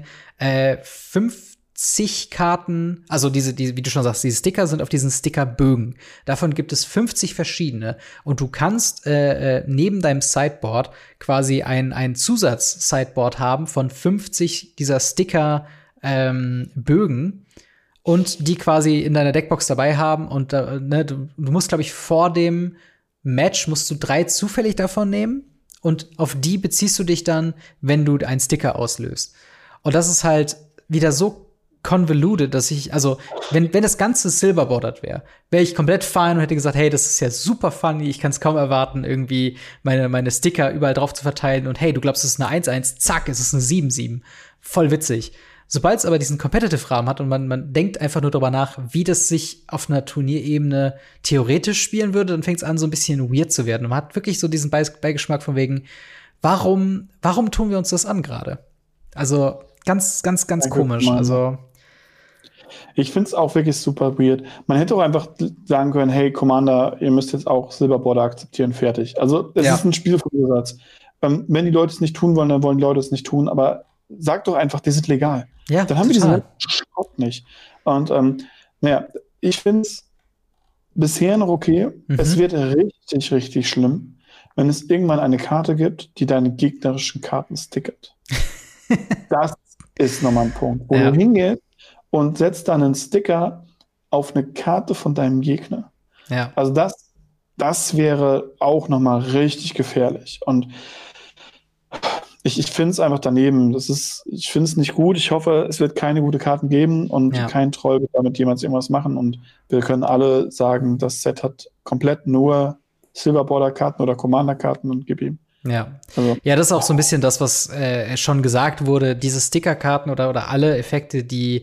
[SPEAKER 2] 50 Karten, also diese, wie du schon sagst, diese Sticker sind auf diesen Stickerbögen. Davon gibt es 50 verschiedene. Und du kannst neben deinem Sideboard quasi ein Zusatz-Sideboard haben von 50 dieser Sticker-Bögen und die quasi in deiner Deckbox dabei haben. Und du musst, glaube ich, vor dem Match musst du 3 zufällig davon nehmen. Und auf die beziehst du dich dann, wenn du einen Sticker auslöst. Und das ist halt wieder so convoluted, dass wenn das Ganze silberbordered wäre ich komplett fein und hätte gesagt, hey, das ist ja super funny, ich kann es kaum erwarten, irgendwie meine Sticker überall drauf zu verteilen und hey, du glaubst, es ist eine 1-1, zack, es ist eine 7-7. Voll witzig. Sobald es aber diesen Competitive-Rahmen hat und man denkt einfach nur darüber nach, wie das sich auf einer Turnierebene theoretisch spielen würde, dann fängt es an, so ein bisschen weird zu werden. Und man hat wirklich so diesen Beigeschmack von wegen, warum tun wir uns das an gerade? Also ganz, ganz, ganz komisch. Also
[SPEAKER 1] ich finde es auch wirklich super weird. Man hätte auch einfach sagen können, hey, Commander, ihr müsst jetzt auch Silverborder akzeptieren, fertig. Also es ist ein Spiel von Zusatz. Wenn die Leute es nicht tun wollen, dann wollen die Leute es nicht tun, aber sag doch einfach, die sind legal.
[SPEAKER 2] Ja,
[SPEAKER 1] dann haben wir diesen Schrott nicht. Und ich finde es bisher noch okay. Es wird richtig, richtig schlimm, wenn es irgendwann eine Karte gibt, die deine gegnerischen Karten stickert. Das ist nochmal ein Punkt, wo du hingehst und setzt dann einen Sticker auf eine Karte von deinem Gegner.
[SPEAKER 2] Ja.
[SPEAKER 1] Also das wäre auch nochmal richtig gefährlich. Und ich finde es einfach daneben. Ich finde es nicht gut. Ich hoffe, es wird keine gute Karten geben und kein Troll wird damit jemals irgendwas machen. Und wir können alle sagen, das Set hat komplett nur Silverborder-Karten oder Commander-Karten und gib ihm.
[SPEAKER 2] Ja. Also, ja, das ist auch so ein bisschen das, was schon gesagt wurde. Diese Sticker-Karten oder alle Effekte, die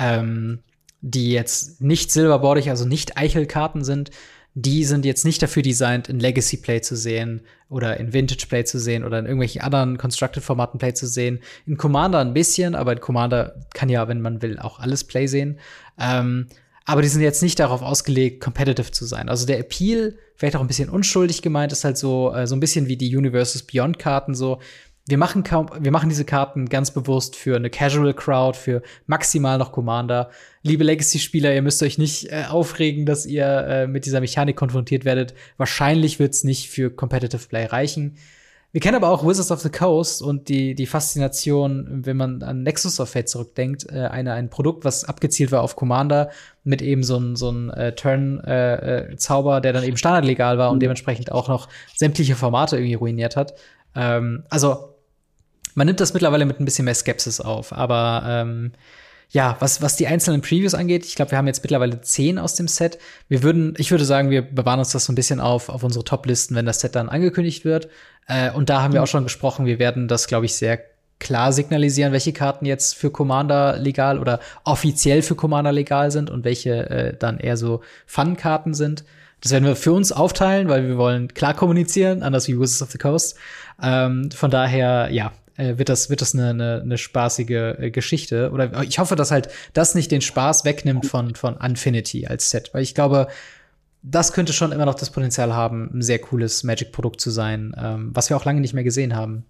[SPEAKER 2] jetzt nicht silberbordig, also nicht Eichelkarten sind, die sind jetzt nicht dafür designt, in Legacy Play zu sehen oder in Vintage Play zu sehen oder in irgendwelchen anderen Constructed-Formaten Play zu sehen. In Commander ein bisschen, aber in Commander kann ja, wenn man will, auch alles Play sehen. Aber die sind jetzt nicht darauf ausgelegt, competitive zu sein. Also der Appeal, vielleicht auch ein bisschen unschuldig gemeint, ist halt so ein bisschen wie die Universes Beyond Karten so. Wir machen diese Karten ganz bewusst für eine Casual Crowd, für maximal noch Commander. Liebe Legacy-Spieler, ihr müsst euch nicht aufregen, dass ihr mit dieser Mechanik konfrontiert werdet. Wahrscheinlich wird's nicht für Competitive Play reichen. Wir kennen aber auch Wizards of the Coast und die Faszination, wenn man an Nexus of Fate zurückdenkt, ein Produkt, was abgezielt war auf Commander, mit eben so ein Turn-Zauber, der dann eben standardlegal war und dementsprechend auch noch sämtliche Formate irgendwie ruiniert hat. Also man nimmt das mittlerweile mit ein bisschen mehr Skepsis auf, aber was die einzelnen Previews angeht, ich glaube, wir haben jetzt mittlerweile 10 aus dem Set. Ich würde sagen, wir bewahren uns das so ein bisschen auf unsere Top-Listen, wenn das Set dann angekündigt wird. Und da haben wir auch schon gesprochen, wir werden das, glaube ich, sehr klar signalisieren, welche Karten jetzt für Commander legal oder offiziell für Commander legal sind und welche dann eher so Fun-Karten sind. Das werden wir für uns aufteilen, weil wir wollen klar kommunizieren, anders wie Wizards of the Coast. Von daher, wird das eine spaßige Geschichte. Oder ich hoffe, dass halt das nicht den Spaß wegnimmt von Unfinity als Set. Weil ich glaube, das könnte schon immer noch das Potenzial haben, ein sehr cooles Magic-Produkt zu sein, was wir auch lange nicht mehr gesehen haben.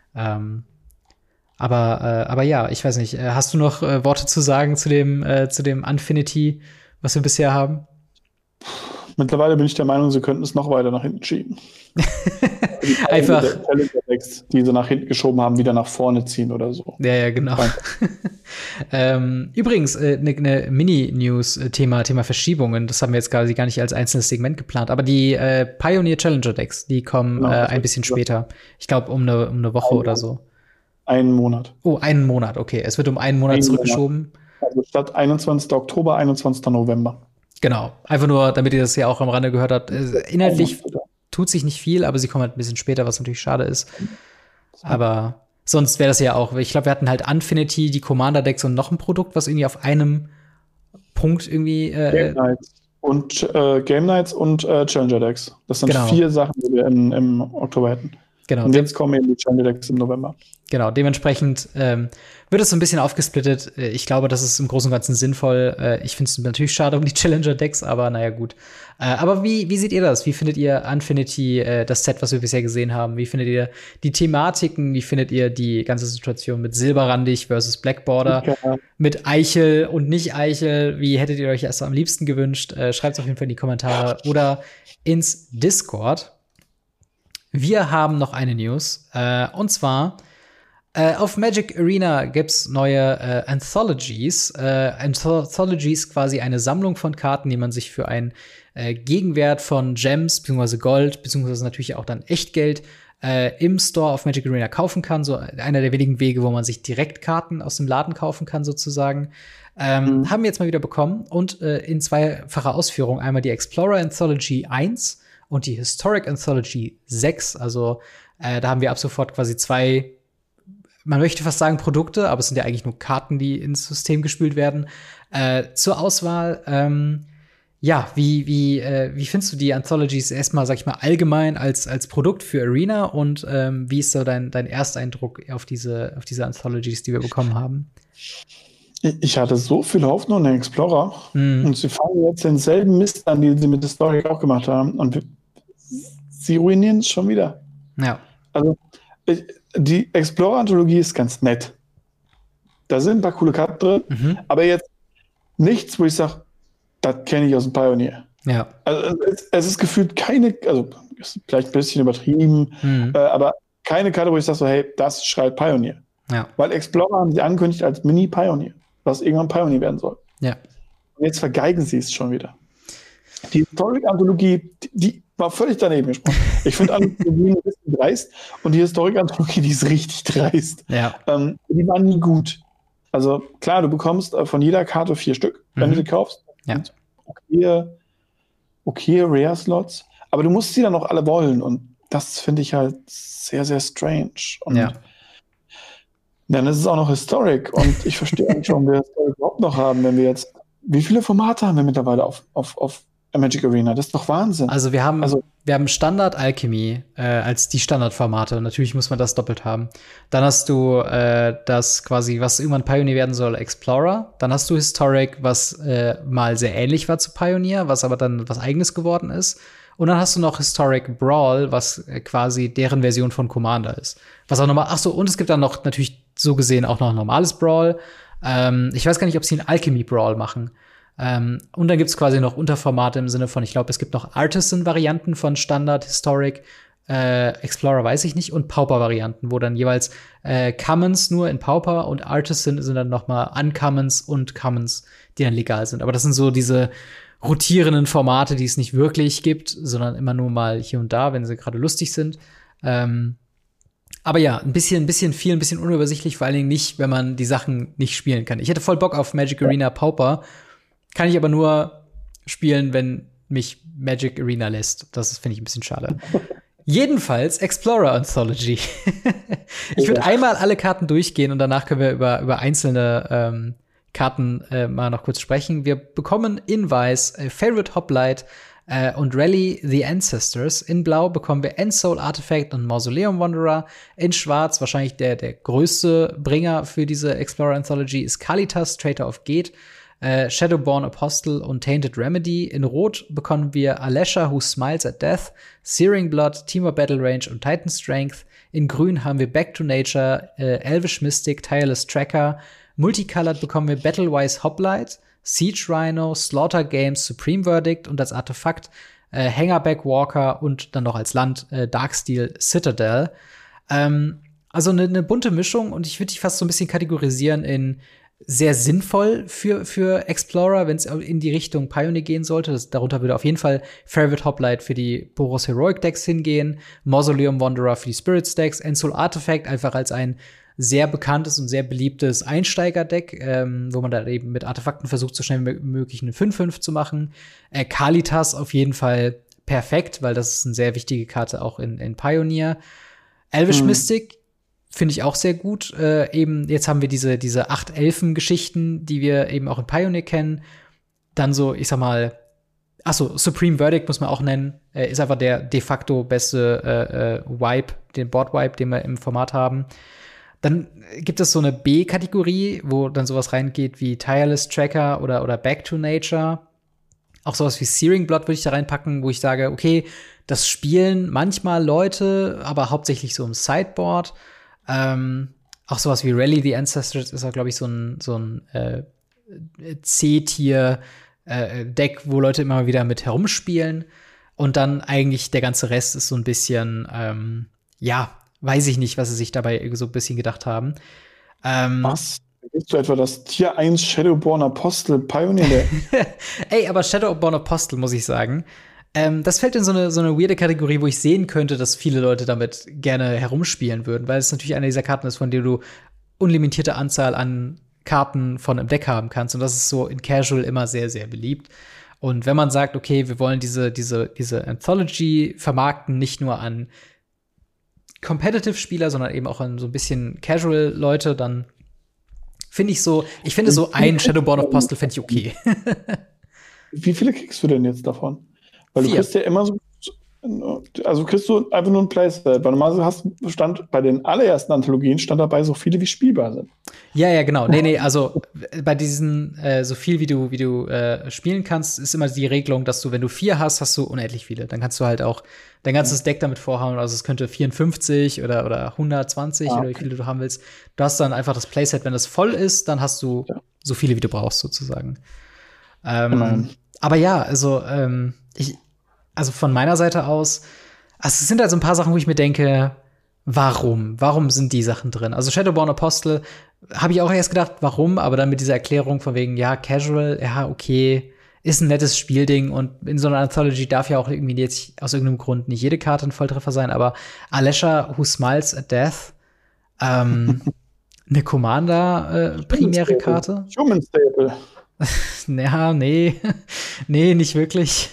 [SPEAKER 2] Aber ja, ich weiß nicht. Hast du noch Worte zu sagen zu dem Unfinity, was wir bisher haben?
[SPEAKER 1] Mittlerweile bin ich der Meinung, sie könnten es noch weiter nach hinten schieben.
[SPEAKER 2] Einfach.
[SPEAKER 1] Die sie nach hinten geschoben haben, wieder nach vorne ziehen oder so.
[SPEAKER 2] Ja, genau. Übrigens, eine Mini-News, Thema Verschiebungen. Das haben wir jetzt quasi gar nicht als einzelnes Segment geplant. Aber die Pioneer Challenger Decks, die kommen ein bisschen später. Ich glaube, um eine Woche oder so.
[SPEAKER 1] Einen Monat.
[SPEAKER 2] Oh, einen Monat, okay. Es wird um einen Monat zurückgeschoben.
[SPEAKER 1] Also statt 21. Oktober, 21. November.
[SPEAKER 2] Genau. Einfach nur, damit ihr das ja auch am Rande gehört habt. Inhaltlich tut sich nicht viel, aber sie kommen halt ein bisschen später, was natürlich schade ist. Aber sonst wäre das ja auch, ich glaube, wir hatten halt Unfinity, die Commander-Decks und noch ein Produkt, was irgendwie auf einem Punkt irgendwie
[SPEAKER 1] Game Nights und Challenger Decks. Das sind 4 Sachen, die wir im Oktober hätten.
[SPEAKER 2] Genau.
[SPEAKER 1] Und jetzt kommen eben die Challenger Decks im November.
[SPEAKER 2] Genau, dementsprechend wird es so ein bisschen aufgesplittet. Ich glaube, das ist im Großen und Ganzen sinnvoll. Ich finde es natürlich schade um die Challenger-Decks, aber naja, gut. Aber wie seht ihr das? Wie findet ihr Unfinity, das Set, was wir bisher gesehen haben? Wie findet ihr die Thematiken? Wie findet ihr die ganze Situation mit Silberrandig versus Black Border? Mit Eichel und nicht Eichel? Wie hättet ihr euch das am liebsten gewünscht? Schreibt es auf jeden Fall in die Kommentare oder ins Discord. Wir haben noch eine News, und zwar auf Magic Arena gibt's neue Anthologies. Anthologies quasi eine Sammlung von Karten, die man sich für einen Gegenwert von Gems bzw. Gold bzw. natürlich auch dann Echtgeld im Store auf Magic Arena kaufen kann. So einer der wenigen Wege, wo man sich direkt Karten aus dem Laden kaufen kann sozusagen. Haben wir jetzt mal wieder bekommen und in zweifacher Ausführung einmal die Explorer Anthology 1 und die Historic Anthology 6. Also da haben wir ab sofort quasi 2 man möchte fast sagen Produkte, aber es sind ja eigentlich nur Karten, die ins System gespült werden, zur Auswahl. Ja, wie findest du die Anthologies erstmal, sag ich mal, allgemein als Produkt für Arena und wie ist so dein Ersteindruck auf diese Anthologies, die wir bekommen haben?
[SPEAKER 1] Ich hatte so viel Hoffnung in den Explorer und sie fangen jetzt denselben Mist an, die sie mit Historic auch gemacht haben und sie ruinieren es schon wieder.
[SPEAKER 2] Ja.
[SPEAKER 1] Also die Explorer-Anthologie ist ganz nett. Da sind ein paar coole Karten drin, aber jetzt nichts, wo ich sage, das kenne ich aus dem Pioneer.
[SPEAKER 2] Ja.
[SPEAKER 1] Also es ist gefühlt keine, also ist vielleicht ein bisschen übertrieben, aber keine Karte, wo ich sage so, hey, das schreit Pioneer.
[SPEAKER 2] Ja.
[SPEAKER 1] Weil Explorer haben sie angekündigt als Mini-Pioneer, was irgendwann Pioneer werden soll.
[SPEAKER 2] Ja.
[SPEAKER 1] Und jetzt vergeigen sie es schon wieder. Die Historic-Anthologie, die war völlig daneben gesprochen. Ich finde Anthologien ein bisschen dreist und die Historic-Anthologie, die ist richtig dreist.
[SPEAKER 2] Ja.
[SPEAKER 1] Die waren nie gut. Also klar, du bekommst von jeder Karte 4 Stück, wenn du sie kaufst.
[SPEAKER 2] Ja.
[SPEAKER 1] Okay, Rare-Slots. Aber du musst sie dann auch alle wollen. Und das finde ich halt sehr, sehr strange. Und dann ist es auch noch Historic. Und ich verstehe eigentlich schon, wir Historic überhaupt noch haben, wenn wir jetzt. Wie viele Formate haben wir mittlerweile auf Magic Arena? Das ist doch Wahnsinn.
[SPEAKER 2] Also wir haben Standard Alchemy als die Standardformate. Natürlich muss man das doppelt haben. Dann hast du das quasi, was irgendwann Pioneer werden soll, Explorer. Dann hast du Historic, was mal sehr ähnlich war zu Pioneer, was aber dann was Eigenes geworden ist. Und dann hast du noch Historic Brawl, was quasi deren Version von Commander ist. Was auch nochmal, und es gibt dann noch natürlich so gesehen auch noch ein normales Brawl. Ich weiß gar nicht, ob sie einen Alchemy Brawl machen. Und dann gibt es quasi noch Unterformate im Sinne von, ich glaube, es gibt noch Artisan-Varianten von Standard, Historic, Explorer weiß ich nicht, und Pauper-Varianten, wo dann jeweils Commons nur in Pauper und Artisan sind dann noch mal Uncommons und Commons, die dann legal sind. Aber das sind so diese rotierenden Formate, die es nicht wirklich gibt, sondern immer nur mal hier und da, wenn sie gerade lustig sind. Aber ja, ein bisschen viel, ein bisschen unübersichtlich, vor allen Dingen nicht, wenn man die Sachen nicht spielen kann. Ich hätte voll Bock auf Magic Arena Pauper, kann ich aber nur spielen, wenn mich Magic Arena lässt. Das finde ich ein bisschen schade. Jedenfalls Explorer Anthology. Ich würde einmal alle Karten durchgehen und danach können wir über einzelne Karten mal noch kurz sprechen. Wir bekommen in Weiß Favorite Hoplite und Rally the Ancestors. In Blau bekommen wir Ensoul Artifact und Mausoleum Wanderer. In Schwarz wahrscheinlich der größte Bringer für diese Explorer Anthology ist Kalitas, Traitor of Geth. Shadowborn Apostle und Tainted Remedy. In Rot bekommen wir Alesha, Who Smiles at Death, Searing Blood, Team of Battle Range und Titan Strength. In Grün haben wir Back to Nature, Elvish Mystic, Tireless Tracker. Multicolored bekommen wir Battlewise Hoplite, Siege Rhino, Slaughter Games, Supreme Verdict und als Artefakt Hangerback Walker und dann noch als Land Darksteel Citadel. Also eine bunte Mischung und ich würde die fast so ein bisschen kategorisieren in sehr sinnvoll für Explorer, wenn es in die Richtung Pioneer gehen sollte. Darunter würde auf jeden Fall Favorite Hoplite für die Boros Heroic Decks hingehen, Mausoleum Wanderer für die Spirits Decks, Ensoul Artifact einfach als ein sehr bekanntes und sehr beliebtes Einsteiger-Deck, wo man da eben mit Artefakten versucht, so schnell wie möglich eine 5/5 zu machen. Kalitas auf jeden Fall perfekt, weil das ist eine sehr wichtige Karte auch in Pioneer. Elvish Mystic finde ich auch sehr gut. Eben, jetzt haben wir diese 8 Elfen-Geschichten, die wir eben auch in Pioneer kennen. Dann so, ich sag mal, Supreme Verdict muss man auch nennen. Ist einfach der de facto beste Wipe, den Board-Wipe, den wir im Format haben. Dann gibt es so eine B-Kategorie, wo dann sowas reingeht wie Tireless Tracker oder Back to Nature. Auch sowas wie Searing Blood würde ich da reinpacken, wo ich sage, okay, das spielen manchmal Leute, aber hauptsächlich so im Sideboard. Auch sowas wie Rally the Ancestors ist auch, glaube ich, so ein C-Tier-Deck, wo Leute immer mal wieder mit herumspielen. Und dann eigentlich der ganze Rest ist so ein bisschen, weiß ich nicht, was sie sich dabei so ein bisschen gedacht haben.
[SPEAKER 1] Was? Ist du etwa das Tier 1 Shadowborn Apostle Pioneer?
[SPEAKER 2] Ey, aber Shadowborn Apostle, muss ich sagen, das fällt in so eine weirde Kategorie, wo ich sehen könnte, dass viele Leute damit gerne herumspielen würden, weil es natürlich eine dieser Karten ist, von der du unlimitierte Anzahl an Karten von einem Deck haben kannst. Und das ist so in Casual immer sehr, sehr beliebt. Und wenn man sagt, okay, wir wollen diese Anthology vermarkten, nicht nur an Competitive-Spieler, sondern eben auch an so ein bisschen Casual-Leute, dann ich finde so ein Shadowborn Apostel fände ich okay.
[SPEAKER 1] Wie viele kriegst du denn jetzt davon? Weil
[SPEAKER 2] 4.
[SPEAKER 1] du kriegst ja immer so, also kriegst du einfach nur ein Playset. Weil normalerweise stand bei den allerersten Anthologien stand dabei so viele wie spielbar sind.
[SPEAKER 2] Ja, genau. Nee, also bei diesen so viel wie du spielen kannst, ist immer die Regelung, dass du, wenn du 4 hast, hast du unendlich viele. Dann kannst du halt auch dein ganzes Deck damit vorhauen. Also es könnte 54 oder 120 oder wie viele du haben willst. Du hast dann einfach das Playset, wenn das voll ist, dann hast du so viele, wie du brauchst, sozusagen. Aber ja, also also von meiner Seite aus, also es sind halt so ein paar Sachen, wo ich mir denke, warum? Warum sind die Sachen drin? Also Shadowborn Apostel habe ich auch erst gedacht, warum? Aber dann mit dieser Erklärung von wegen, ja, Casual, ja, okay, ist ein nettes Spielding und in so einer Anthology darf ja auch irgendwie jetzt aus irgendeinem Grund nicht jede Karte ein Volltreffer sein, aber Alesha Who Smiles at Death, eine Commander Karte.
[SPEAKER 1] Human Staple.
[SPEAKER 2] Ja, nee, nicht wirklich.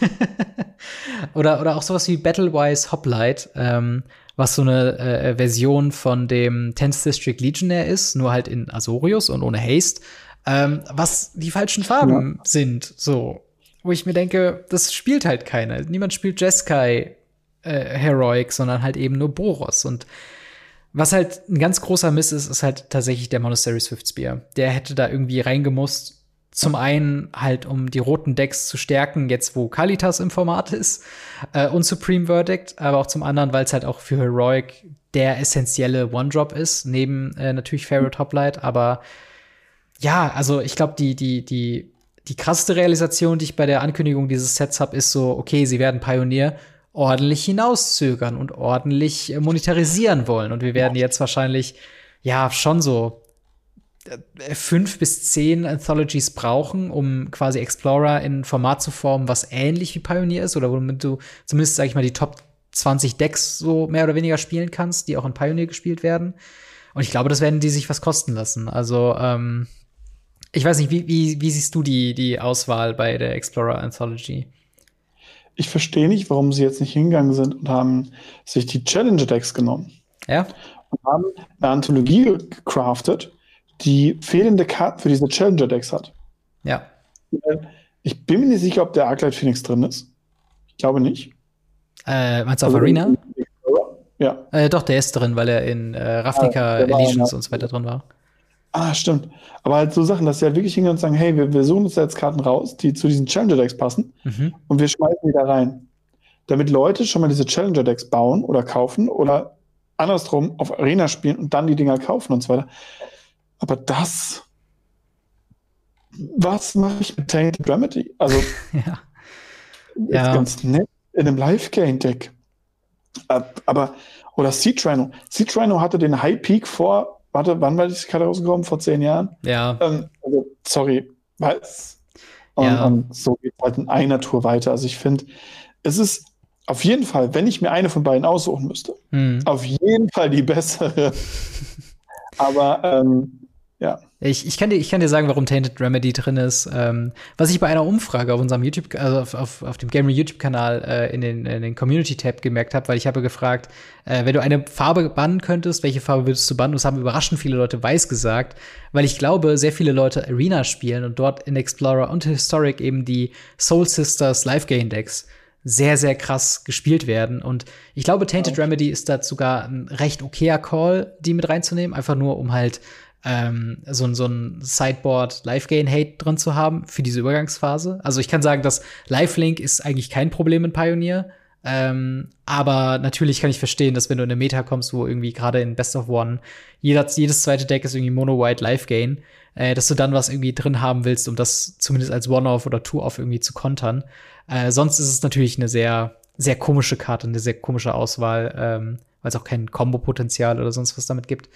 [SPEAKER 2] oder auch sowas wie Battlewise Hoplite, was so eine Version von dem 10th District Legionnaire ist, nur halt in Azorius und ohne Haste, was die falschen Farben sind, so. Wo ich mir denke, das spielt halt keiner. Niemand spielt Jeskai Heroic, sondern halt eben nur Boros. Und was halt ein ganz großer Miss ist halt tatsächlich der Monastery Swiftspear. Der hätte da irgendwie reingemusst. Zum einen halt, um die roten Decks zu stärken, jetzt wo Kalitas im Format ist, und Supreme Verdict, aber auch zum anderen, weil es halt auch für Heroic der essentielle One-Drop ist, neben natürlich Pharaoh Hoplite. Aber ja, also ich glaube, die krasseste Realisation, die ich bei der Ankündigung dieses Sets habe, ist so, okay, sie werden Pioneer ordentlich hinauszögern und ordentlich monetarisieren wollen. Und wir werden jetzt wahrscheinlich ja schon so 5 bis 10 Anthologies brauchen, um quasi Explorer in ein Format zu formen, was ähnlich wie Pioneer ist, oder womit du zumindest, sag ich mal, die Top 20 Decks so mehr oder weniger spielen kannst, die auch in Pioneer gespielt werden. Und ich glaube, das werden die sich was kosten lassen. Also, ich weiß nicht, wie siehst du die Auswahl bei der Explorer Anthology?
[SPEAKER 1] Ich verstehe nicht, warum sie jetzt nicht hingegangen sind und haben sich die Challenger-Decks genommen.
[SPEAKER 2] Ja.
[SPEAKER 1] Und haben eine Anthologie gecraftet, die fehlende Karten für diese Challenger-Decks hat.
[SPEAKER 2] Ja.
[SPEAKER 1] Ich bin mir nicht sicher, ob der Arclight Phoenix drin ist. Ich glaube nicht.
[SPEAKER 2] Meinst du auf Arena?
[SPEAKER 1] Ja.
[SPEAKER 2] Doch, der ist drin, weil er in Ravnica Allegiance und so weiter drin war.
[SPEAKER 1] Ah, stimmt. Aber halt so Sachen, dass sie halt wirklich hingehen und sagen, hey, wir suchen uns jetzt Karten raus, die zu diesen Challenger-Decks passen, und wir schmeißen die da rein. Damit Leute schon mal diese Challenger-Decks bauen oder kaufen oder andersrum auf Arena spielen und dann die Dinger kaufen und so weiter. Aber was mache ich mit Tainted Remedy? Also, ist ganz nett in einem Live-Game-Deck. Aber, oder Siege Rhino. Siege Rhino hatte den High Peak wann war die Karte rausgekommen? Vor 10 Jahren?
[SPEAKER 2] Ja.
[SPEAKER 1] Also, sorry, was? Und so geht es halt in einer Tour weiter. Also ich finde, es ist auf jeden Fall, wenn ich mir eine von beiden aussuchen müsste, auf jeden Fall die bessere. Aber ja.
[SPEAKER 2] Ich kann dir sagen, warum Tainted Remedy drin ist. Was ich bei einer Umfrage auf unserem YouTube, also auf dem Gamery YouTube-Kanal in den Community-Tab gemerkt habe, weil ich habe gefragt, wenn du eine Farbe bannen könntest, welche Farbe würdest du bannen? Und es haben überraschend viele Leute weiß gesagt, weil ich glaube, sehr viele Leute Arena spielen und dort in Explorer und Historic eben die Soul Sisters Live-Gain-Decks sehr, sehr krass gespielt werden. Und ich glaube, Tainted Remedy ist da sogar ein recht okayer Call, die mit reinzunehmen, einfach nur, um halt so ein Sideboard Live-Gain-Hate drin zu haben für diese Übergangsphase. Also ich kann sagen, dass Lifelink ist eigentlich kein Problem in Pioneer. Aber natürlich kann ich verstehen, dass wenn du in eine Meta kommst, wo irgendwie gerade in Best of One jedes zweite Deck ist irgendwie Mono-White Life-Gain, dass du dann was irgendwie drin haben willst, um das zumindest als One-Off oder Two-Off irgendwie zu kontern. Sonst ist es natürlich eine sehr, sehr komische Karte, eine sehr komische Auswahl, weil es auch kein Kombo-Potenzial oder sonst was damit gibt.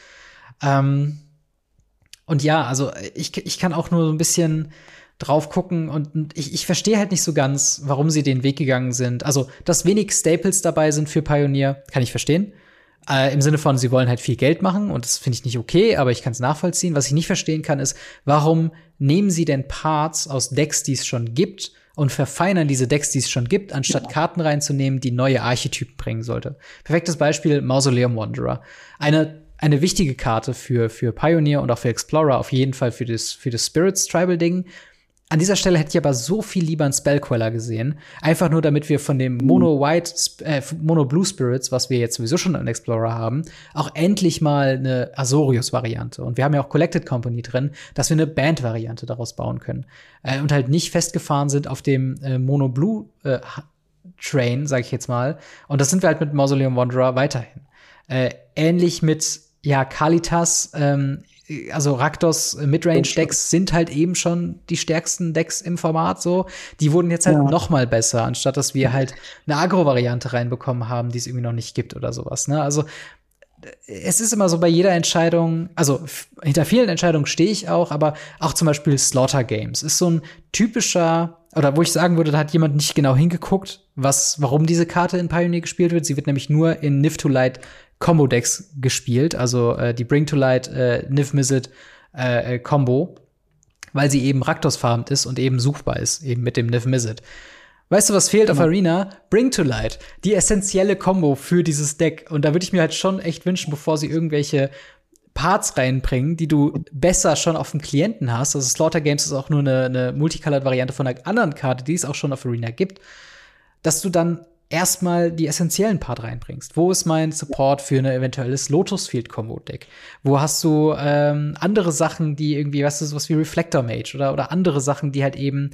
[SPEAKER 2] Und ja, also ich kann auch nur so ein bisschen drauf gucken und ich verstehe halt nicht so ganz, warum sie den Weg gegangen sind. Also, dass wenig Staples dabei sind für Pioneer, kann ich verstehen. Im Sinne von, sie wollen halt viel Geld machen und das finde ich nicht okay, aber ich kann es nachvollziehen. Was ich nicht verstehen kann, ist, warum nehmen sie denn Parts aus Decks, die es schon gibt, und verfeinern diese Decks, die es schon gibt, anstatt Karten reinzunehmen, die neue Archetypen bringen sollte. Perfektes Beispiel, Mausoleum Wanderer. Eine wichtige Karte für Pioneer und auch für Explorer, auf jeden Fall für das Spirits Tribal Ding. An dieser Stelle hätte ich aber so viel lieber einen Spellqueller gesehen. Einfach nur, damit wir von dem Mono-Blue Spirits, was wir jetzt sowieso schon in Explorer haben, auch endlich mal eine Azorius-Variante. Und wir haben ja auch Collected Company drin, dass wir eine Band-Variante daraus bauen können. Und halt nicht festgefahren sind auf dem Mono-Blue Train, sag ich jetzt mal. Und das sind wir halt mit Mausoleum Wanderer weiterhin. Ähnlich mit, Kalitas, also Rakdos Midrange-Decks sind halt eben schon die stärksten Decks im Format so. Die wurden jetzt halt noch mal besser, anstatt dass wir halt eine Agro-Variante reinbekommen haben, die es irgendwie noch nicht gibt oder sowas, ne? Also es ist immer so bei jeder Entscheidung, also hinter vielen Entscheidungen stehe ich auch, aber auch zum Beispiel Slaughter Games ist so ein typischer, oder wo ich sagen würde, da hat jemand nicht genau hingeguckt, warum diese Karte in Pioneer gespielt wird. Sie wird nämlich nur in Niv-to-Light Combo-Decks gespielt, also die Bring-to-Light Niv-Mizzet Combo, weil sie eben Rakdos-farmt ist und eben suchbar ist, eben mit dem Niv-Mizzet. Weißt du, was fehlt auf Arena? Bring-to-Light, die essentielle Combo für dieses Deck. Und da würde ich mir halt schon echt wünschen, bevor sie irgendwelche Parts reinbringen, die du besser schon auf dem Klienten hast. Also Slaughter Games ist auch nur eine Multicolored-Variante von einer anderen Karte, die es auch schon auf Arena gibt, dass du dann erstmal die essentiellen Part reinbringst. Wo ist mein Support für ein eventuelles Lotus Field Combo Deck? Wo hast du andere Sachen, die irgendwie, weißt du, sowas wie Reflector Mage oder andere Sachen, die halt eben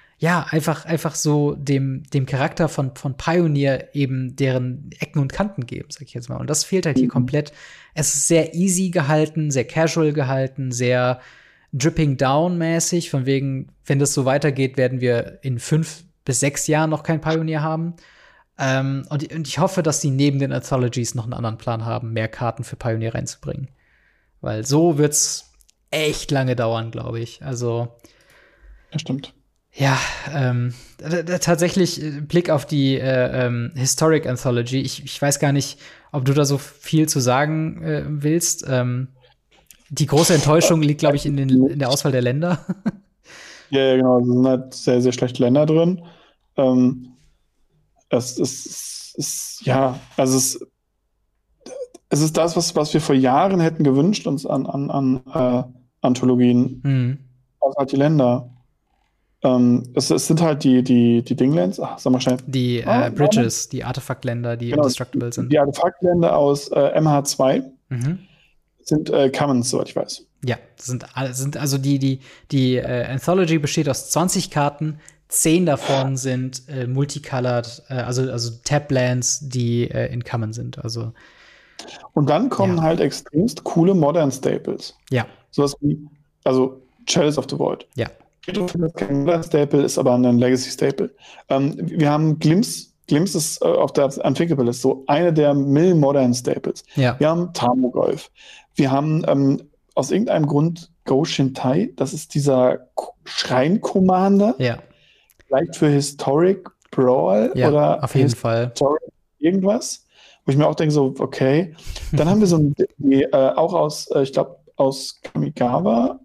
[SPEAKER 2] einfach so dem Charakter von Pioneer eben deren Ecken und Kanten geben, sag ich jetzt mal. Und das fehlt halt hier komplett. Es ist sehr easy gehalten, sehr casual gehalten, sehr dripping down mäßig. Von wegen, wenn das so weitergeht, werden wir in 5 bis 6 Jahren noch kein Pioneer haben. Und ich hoffe, dass die neben den Anthologies noch einen anderen Plan haben, mehr Karten für Pioneer reinzubringen. Weil so wird's echt lange dauern, glaube ich. Also
[SPEAKER 1] ja, stimmt.
[SPEAKER 2] Ja, tatsächlich Blick auf die Historic Anthology. Ich weiß gar nicht, ob du da so viel zu sagen willst. Die große Enttäuschung liegt, glaube ich, in der Auswahl der Länder.
[SPEAKER 1] Ja, genau. Es sind halt sehr, sehr schlechte Länder drin. Es ist das, was wir vor Jahren hätten gewünscht uns an Anthologien. Also halt die Länder. Es sind halt die Dinglands, sag mal schnell.
[SPEAKER 2] Die Bridges, die Artefaktländer, die indestructible sind.
[SPEAKER 1] Die Artefaktländer aus MH2 sind Commons, soweit ich weiß.
[SPEAKER 2] Ja, sind also die Anthology besteht aus 20 Karten, 10 davon sind multicolored, also Tablands, die in Common sind. Also
[SPEAKER 1] und dann kommen halt extremst coole Modern Staples.
[SPEAKER 2] Ja.
[SPEAKER 1] Sowas wie, also Chalice of the Void.
[SPEAKER 2] Ja.
[SPEAKER 1] Ist kein Modern Staple, ist aber ein Legacy Staple. Wir haben Glimpse. Glimpse ist auf der Unthinkable ist so eine der Modern Staples.
[SPEAKER 2] Ja.
[SPEAKER 1] Wir haben Tarmogoyf. Wir haben aus irgendeinem Grund Go Shintai. Das ist dieser Schrein-Commander.
[SPEAKER 2] Ja.
[SPEAKER 1] Vielleicht für Historic Brawl oder
[SPEAKER 2] auf jeden Fall.
[SPEAKER 1] Irgendwas. Wo ich mir auch denke, so, okay. Dann haben wir so auch aus, ich glaube, aus Kamigawa,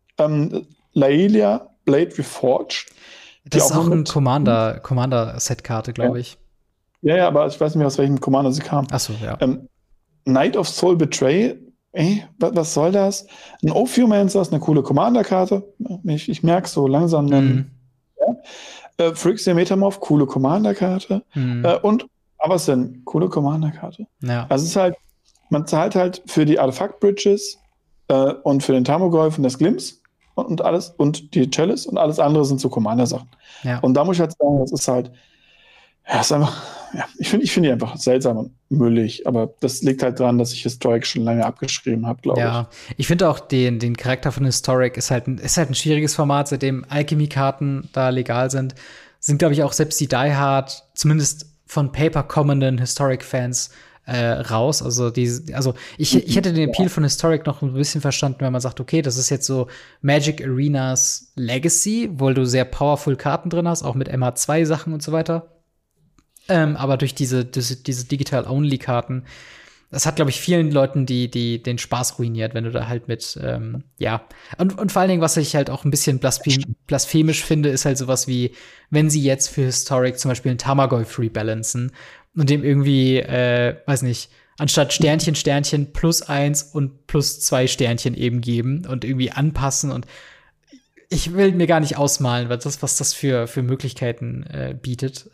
[SPEAKER 1] Laelia Blade Reforged.
[SPEAKER 2] Das ist auch ein Commander-Set-Karte, glaube ich.
[SPEAKER 1] Ja, aber ich weiß nicht mehr, aus welchem Commander sie kam.
[SPEAKER 2] Achso, ja.
[SPEAKER 1] Knight of Soul Betray. Was soll das? Ein Ophiomancer ist eine coole Commander-Karte. Ich merke so langsam. Phyrexian Metamorph, coole Commander-Karte. Und Avacyn, coole Commander-Karte.
[SPEAKER 2] Ja.
[SPEAKER 1] Also es ist halt, man zahlt halt für die Artefakt-Bridges und für den Tarmogoyf und das Glimpse und alles und die Chalice und alles andere sind so Commander-Sachen.
[SPEAKER 2] Ja.
[SPEAKER 1] Und da muss ich halt sagen, das ist halt, ist einfach, ich finde die einfach seltsam und müllig, aber das liegt halt daran, dass ich Historic schon lange abgeschrieben habe, glaube ich.
[SPEAKER 2] Ja, ich finde auch den Charakter von Historic ist halt ein schwieriges Format, seitdem Alchemy-Karten da legal sind, glaube ich, auch selbst die Die Hard, zumindest von Paper kommenden Historic-Fans raus. Also ich hätte den Appeal von Historic noch ein bisschen verstanden, wenn man sagt, okay, das ist jetzt so Magic Arenas Legacy, wo du sehr powerful Karten drin hast, auch mit MH2 Sachen und so weiter. Aber durch diese Digital-Only-Karten das hat, glaube ich, vielen Leuten den Spaß ruiniert, wenn du da halt mit, Und vor allen Dingen, was ich halt auch ein bisschen blasphemisch finde, ist halt sowas wie, wenn sie jetzt für Historic zum Beispiel einen Tamagotchi rebalancen und dem irgendwie, weiß nicht, anstatt Sternchen, Sternchen +1 und +2 Sternchen eben geben und irgendwie anpassen. Und ich will mir gar nicht ausmalen, was das für Möglichkeiten bietet.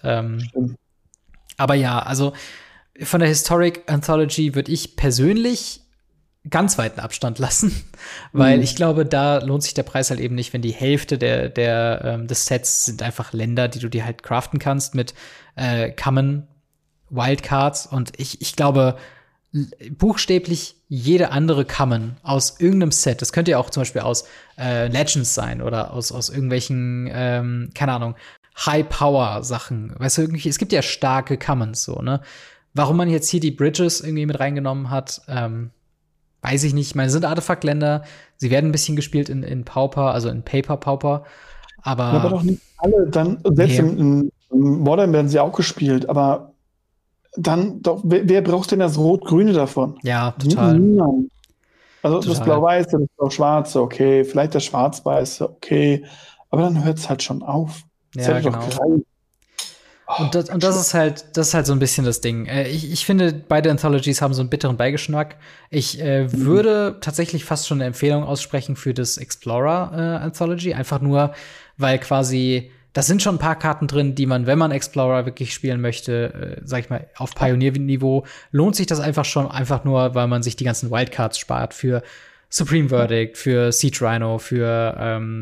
[SPEAKER 2] Aber ja, also von der Historic Anthology würde ich persönlich ganz weiten Abstand lassen, weil ich glaube, da lohnt sich der Preis halt eben nicht, wenn die Hälfte des Sets sind einfach Länder, die du dir halt craften kannst mit Common Wildcards. Und ich glaube, buchstäblich jede andere Common aus irgendeinem Set, das könnte ja auch zum Beispiel aus Legends sein oder aus irgendwelchen, keine Ahnung, High-Power-Sachen. Weißt du, irgendwie, es gibt ja starke Commons, so, ne? Warum man jetzt hier die Bridges irgendwie mit reingenommen hat, weiß ich nicht. Ich meine, es sind Artefaktländer, sie werden ein bisschen gespielt in Pauper, also in Paper Pauper, aber
[SPEAKER 1] doch nicht alle, dann, selbst in Modern werden sie auch gespielt, aber dann doch, wer braucht denn das Rot-Grüne davon?
[SPEAKER 2] Ja, total.
[SPEAKER 1] Niemand. Also
[SPEAKER 2] Total.
[SPEAKER 1] das Blau-Weiße, das Blau-Schwarze, okay, vielleicht das Schwarz-Weiße, okay, aber dann hört es halt schon auf. Das
[SPEAKER 2] Ja,
[SPEAKER 1] hätte doch gereicht.
[SPEAKER 2] Und das ist halt so ein bisschen das Ding. Ich finde, beide Anthologies haben so einen bitteren Beigeschmack. Ich würde tatsächlich fast schon eine Empfehlung aussprechen für das Explorer Anthology. Einfach nur, weil quasi da sind schon ein paar Karten drin, die man, wenn man Explorer wirklich spielen möchte, sag ich mal, auf Pioneer-Niveau, lohnt sich das einfach nur, weil man sich die ganzen Wildcards spart für Supreme Verdict, für Siege Rhino, für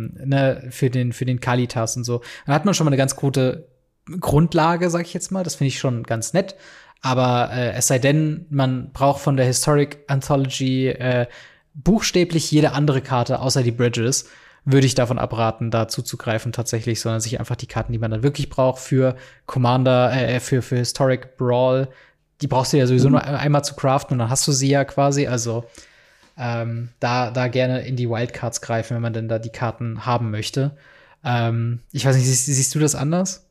[SPEAKER 2] den Kalitas und so. Dann hat man schon mal eine ganz gute Grundlage, sag ich jetzt mal. Das finde ich schon ganz nett. Aber es sei denn, man braucht von der Historic Anthology buchstäblich jede andere Karte, außer die Bridges, würde ich davon abraten, da zuzugreifen tatsächlich, sondern sich einfach die Karten, die man dann wirklich braucht für Commander, für Historic Brawl, die brauchst du ja sowieso nur einmal zu craften und dann hast du sie ja quasi. Also da gerne in die Wildcards greifen, wenn man denn da die Karten haben möchte. Ich weiß nicht, siehst du das anders?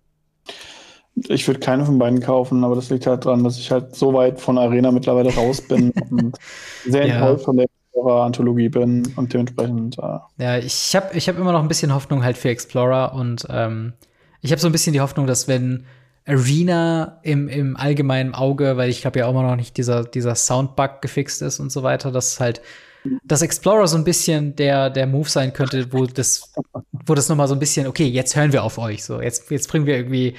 [SPEAKER 1] Ich würde keine von beiden kaufen, aber das liegt halt daran, dass ich halt so weit von Arena mittlerweile raus bin und sehr enttäuscht von der Anthologie bin und dementsprechend.
[SPEAKER 2] Ja, ich hab immer noch ein bisschen Hoffnung halt für Explorer und ich habe so ein bisschen die Hoffnung, dass wenn Arena im allgemeinen Auge, weil ich glaube ja auch immer noch nicht dieser Soundbug gefixt ist und so weiter, dass halt das Explorer so ein bisschen der Move sein könnte, wo das noch mal so ein bisschen, okay, jetzt hören wir auf euch, so jetzt bringen wir irgendwie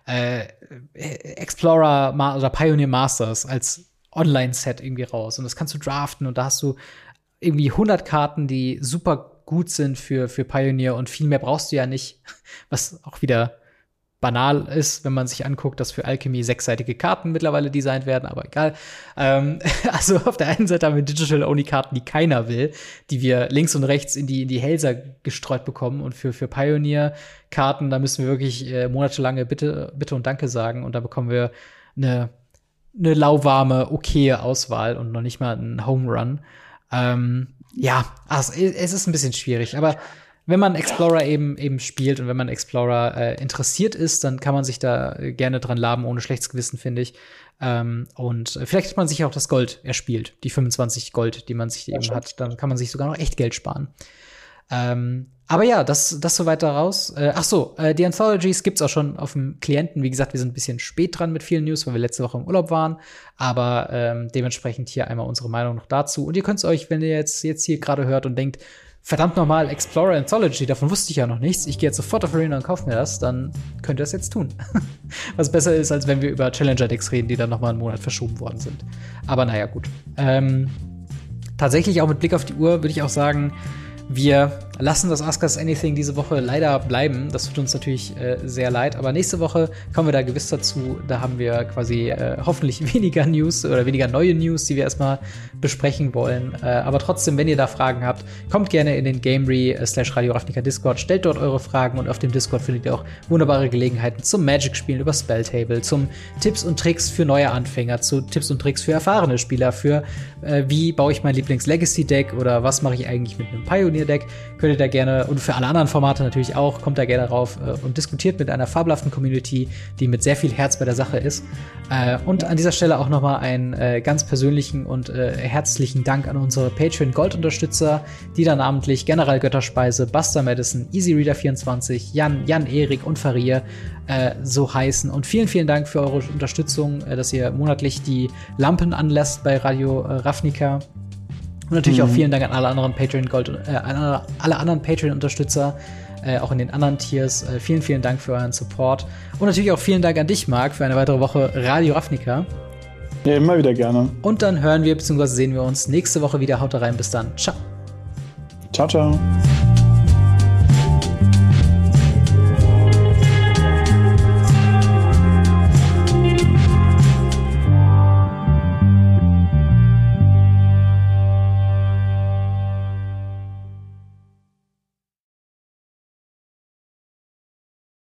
[SPEAKER 2] Explorer oder Pioneer Masters als Online-Set irgendwie raus und das kannst du draften und da hast du irgendwie 100 Karten, die super gut sind für Pioneer und viel mehr brauchst du ja nicht, was auch wieder banal ist, wenn man sich anguckt, dass für Alchemy 6-seitige Karten mittlerweile designt werden, aber egal. Also auf der einen Seite haben wir Digital-Only-Karten, die keiner will, die wir links und rechts in die Hälser gestreut bekommen und für Pioneer-Karten, da müssen wir wirklich monatelange Bitte und Danke sagen und da bekommen wir eine lauwarme, okaye Auswahl und noch nicht mal einen Home Run. Ja, also es ist ein bisschen schwierig, aber wenn man Explorer eben spielt und wenn man Explorer interessiert ist, dann kann man sich da gerne dran laben, ohne schlechtes Gewissen, finde ich. Und vielleicht hat man sich auch das Gold erspielt, die 25 Gold, die man sich eben hat. Dann kann man sich sogar noch echt Geld sparen. Aber ja, das soweit daraus. Die Anthologies gibt's auch schon auf dem Klienten. Wie gesagt, wir sind ein bisschen spät dran mit vielen News, weil wir letzte Woche im Urlaub waren. Aber dementsprechend hier einmal unsere Meinung noch dazu. Und ihr könnt es euch, wenn ihr jetzt hier gerade hört und denkt, verdammt nochmal, Explorer Anthology, davon wusste ich ja noch nichts. Ich gehe jetzt sofort auf Arena und kaufe mir das, dann könnt ihr das jetzt tun. Was besser ist, als wenn wir über Challenger-Decks reden, die dann nochmal einen Monat verschoben worden sind. Aber naja, gut. Tatsächlich auch mit Blick auf die Uhr würde ich auch sagen, wir lassen das Ask Us Anything diese Woche leider bleiben. Das tut uns natürlich sehr leid. Aber nächste Woche kommen wir da gewiss dazu. Da haben wir quasi hoffentlich weniger News oder weniger neue News, die wir erstmal besprechen wollen. Aber trotzdem, wenn ihr da Fragen habt, kommt gerne in den Gamery/Radio Ravnica Discord. Stellt dort eure Fragen und auf dem Discord findet ihr auch wunderbare Gelegenheiten zum Magic-Spielen über Spelltable, zum Tipps und Tricks für neue Anfänger, zu Tipps und Tricks für erfahrene Spieler, für wie baue ich mein Lieblings-Legacy-Deck oder was mache ich eigentlich mit einem Pioneer-Deck. könnt ihr da gerne, und für alle anderen Formate natürlich auch, kommt da gerne rauf und diskutiert mit einer fabelhaften Community, die mit sehr viel Herz bei der Sache ist. Und an dieser Stelle auch nochmal einen ganz persönlichen und herzlichen Dank an unsere Patreon-Gold-Unterstützer, die da namentlich General Götterspeise, Buster Madison, EasyReader24, Jan Erik und Farir so heißen. Und vielen, vielen Dank für eure Unterstützung, dass ihr monatlich die Lampen anlasst bei Radio Ravnica. Und natürlich auch vielen Dank an alle anderen Patreon-Unterstützer, auch in den anderen Tiers. Vielen, vielen Dank für euren Support. Und natürlich auch vielen Dank an dich, Marc, für eine weitere Woche Radio Ravnica.
[SPEAKER 1] Ja, immer wieder gerne.
[SPEAKER 2] Und dann hören wir bzw. sehen wir uns nächste Woche wieder. Haut rein, bis dann. Ciao.
[SPEAKER 1] Ciao, ciao.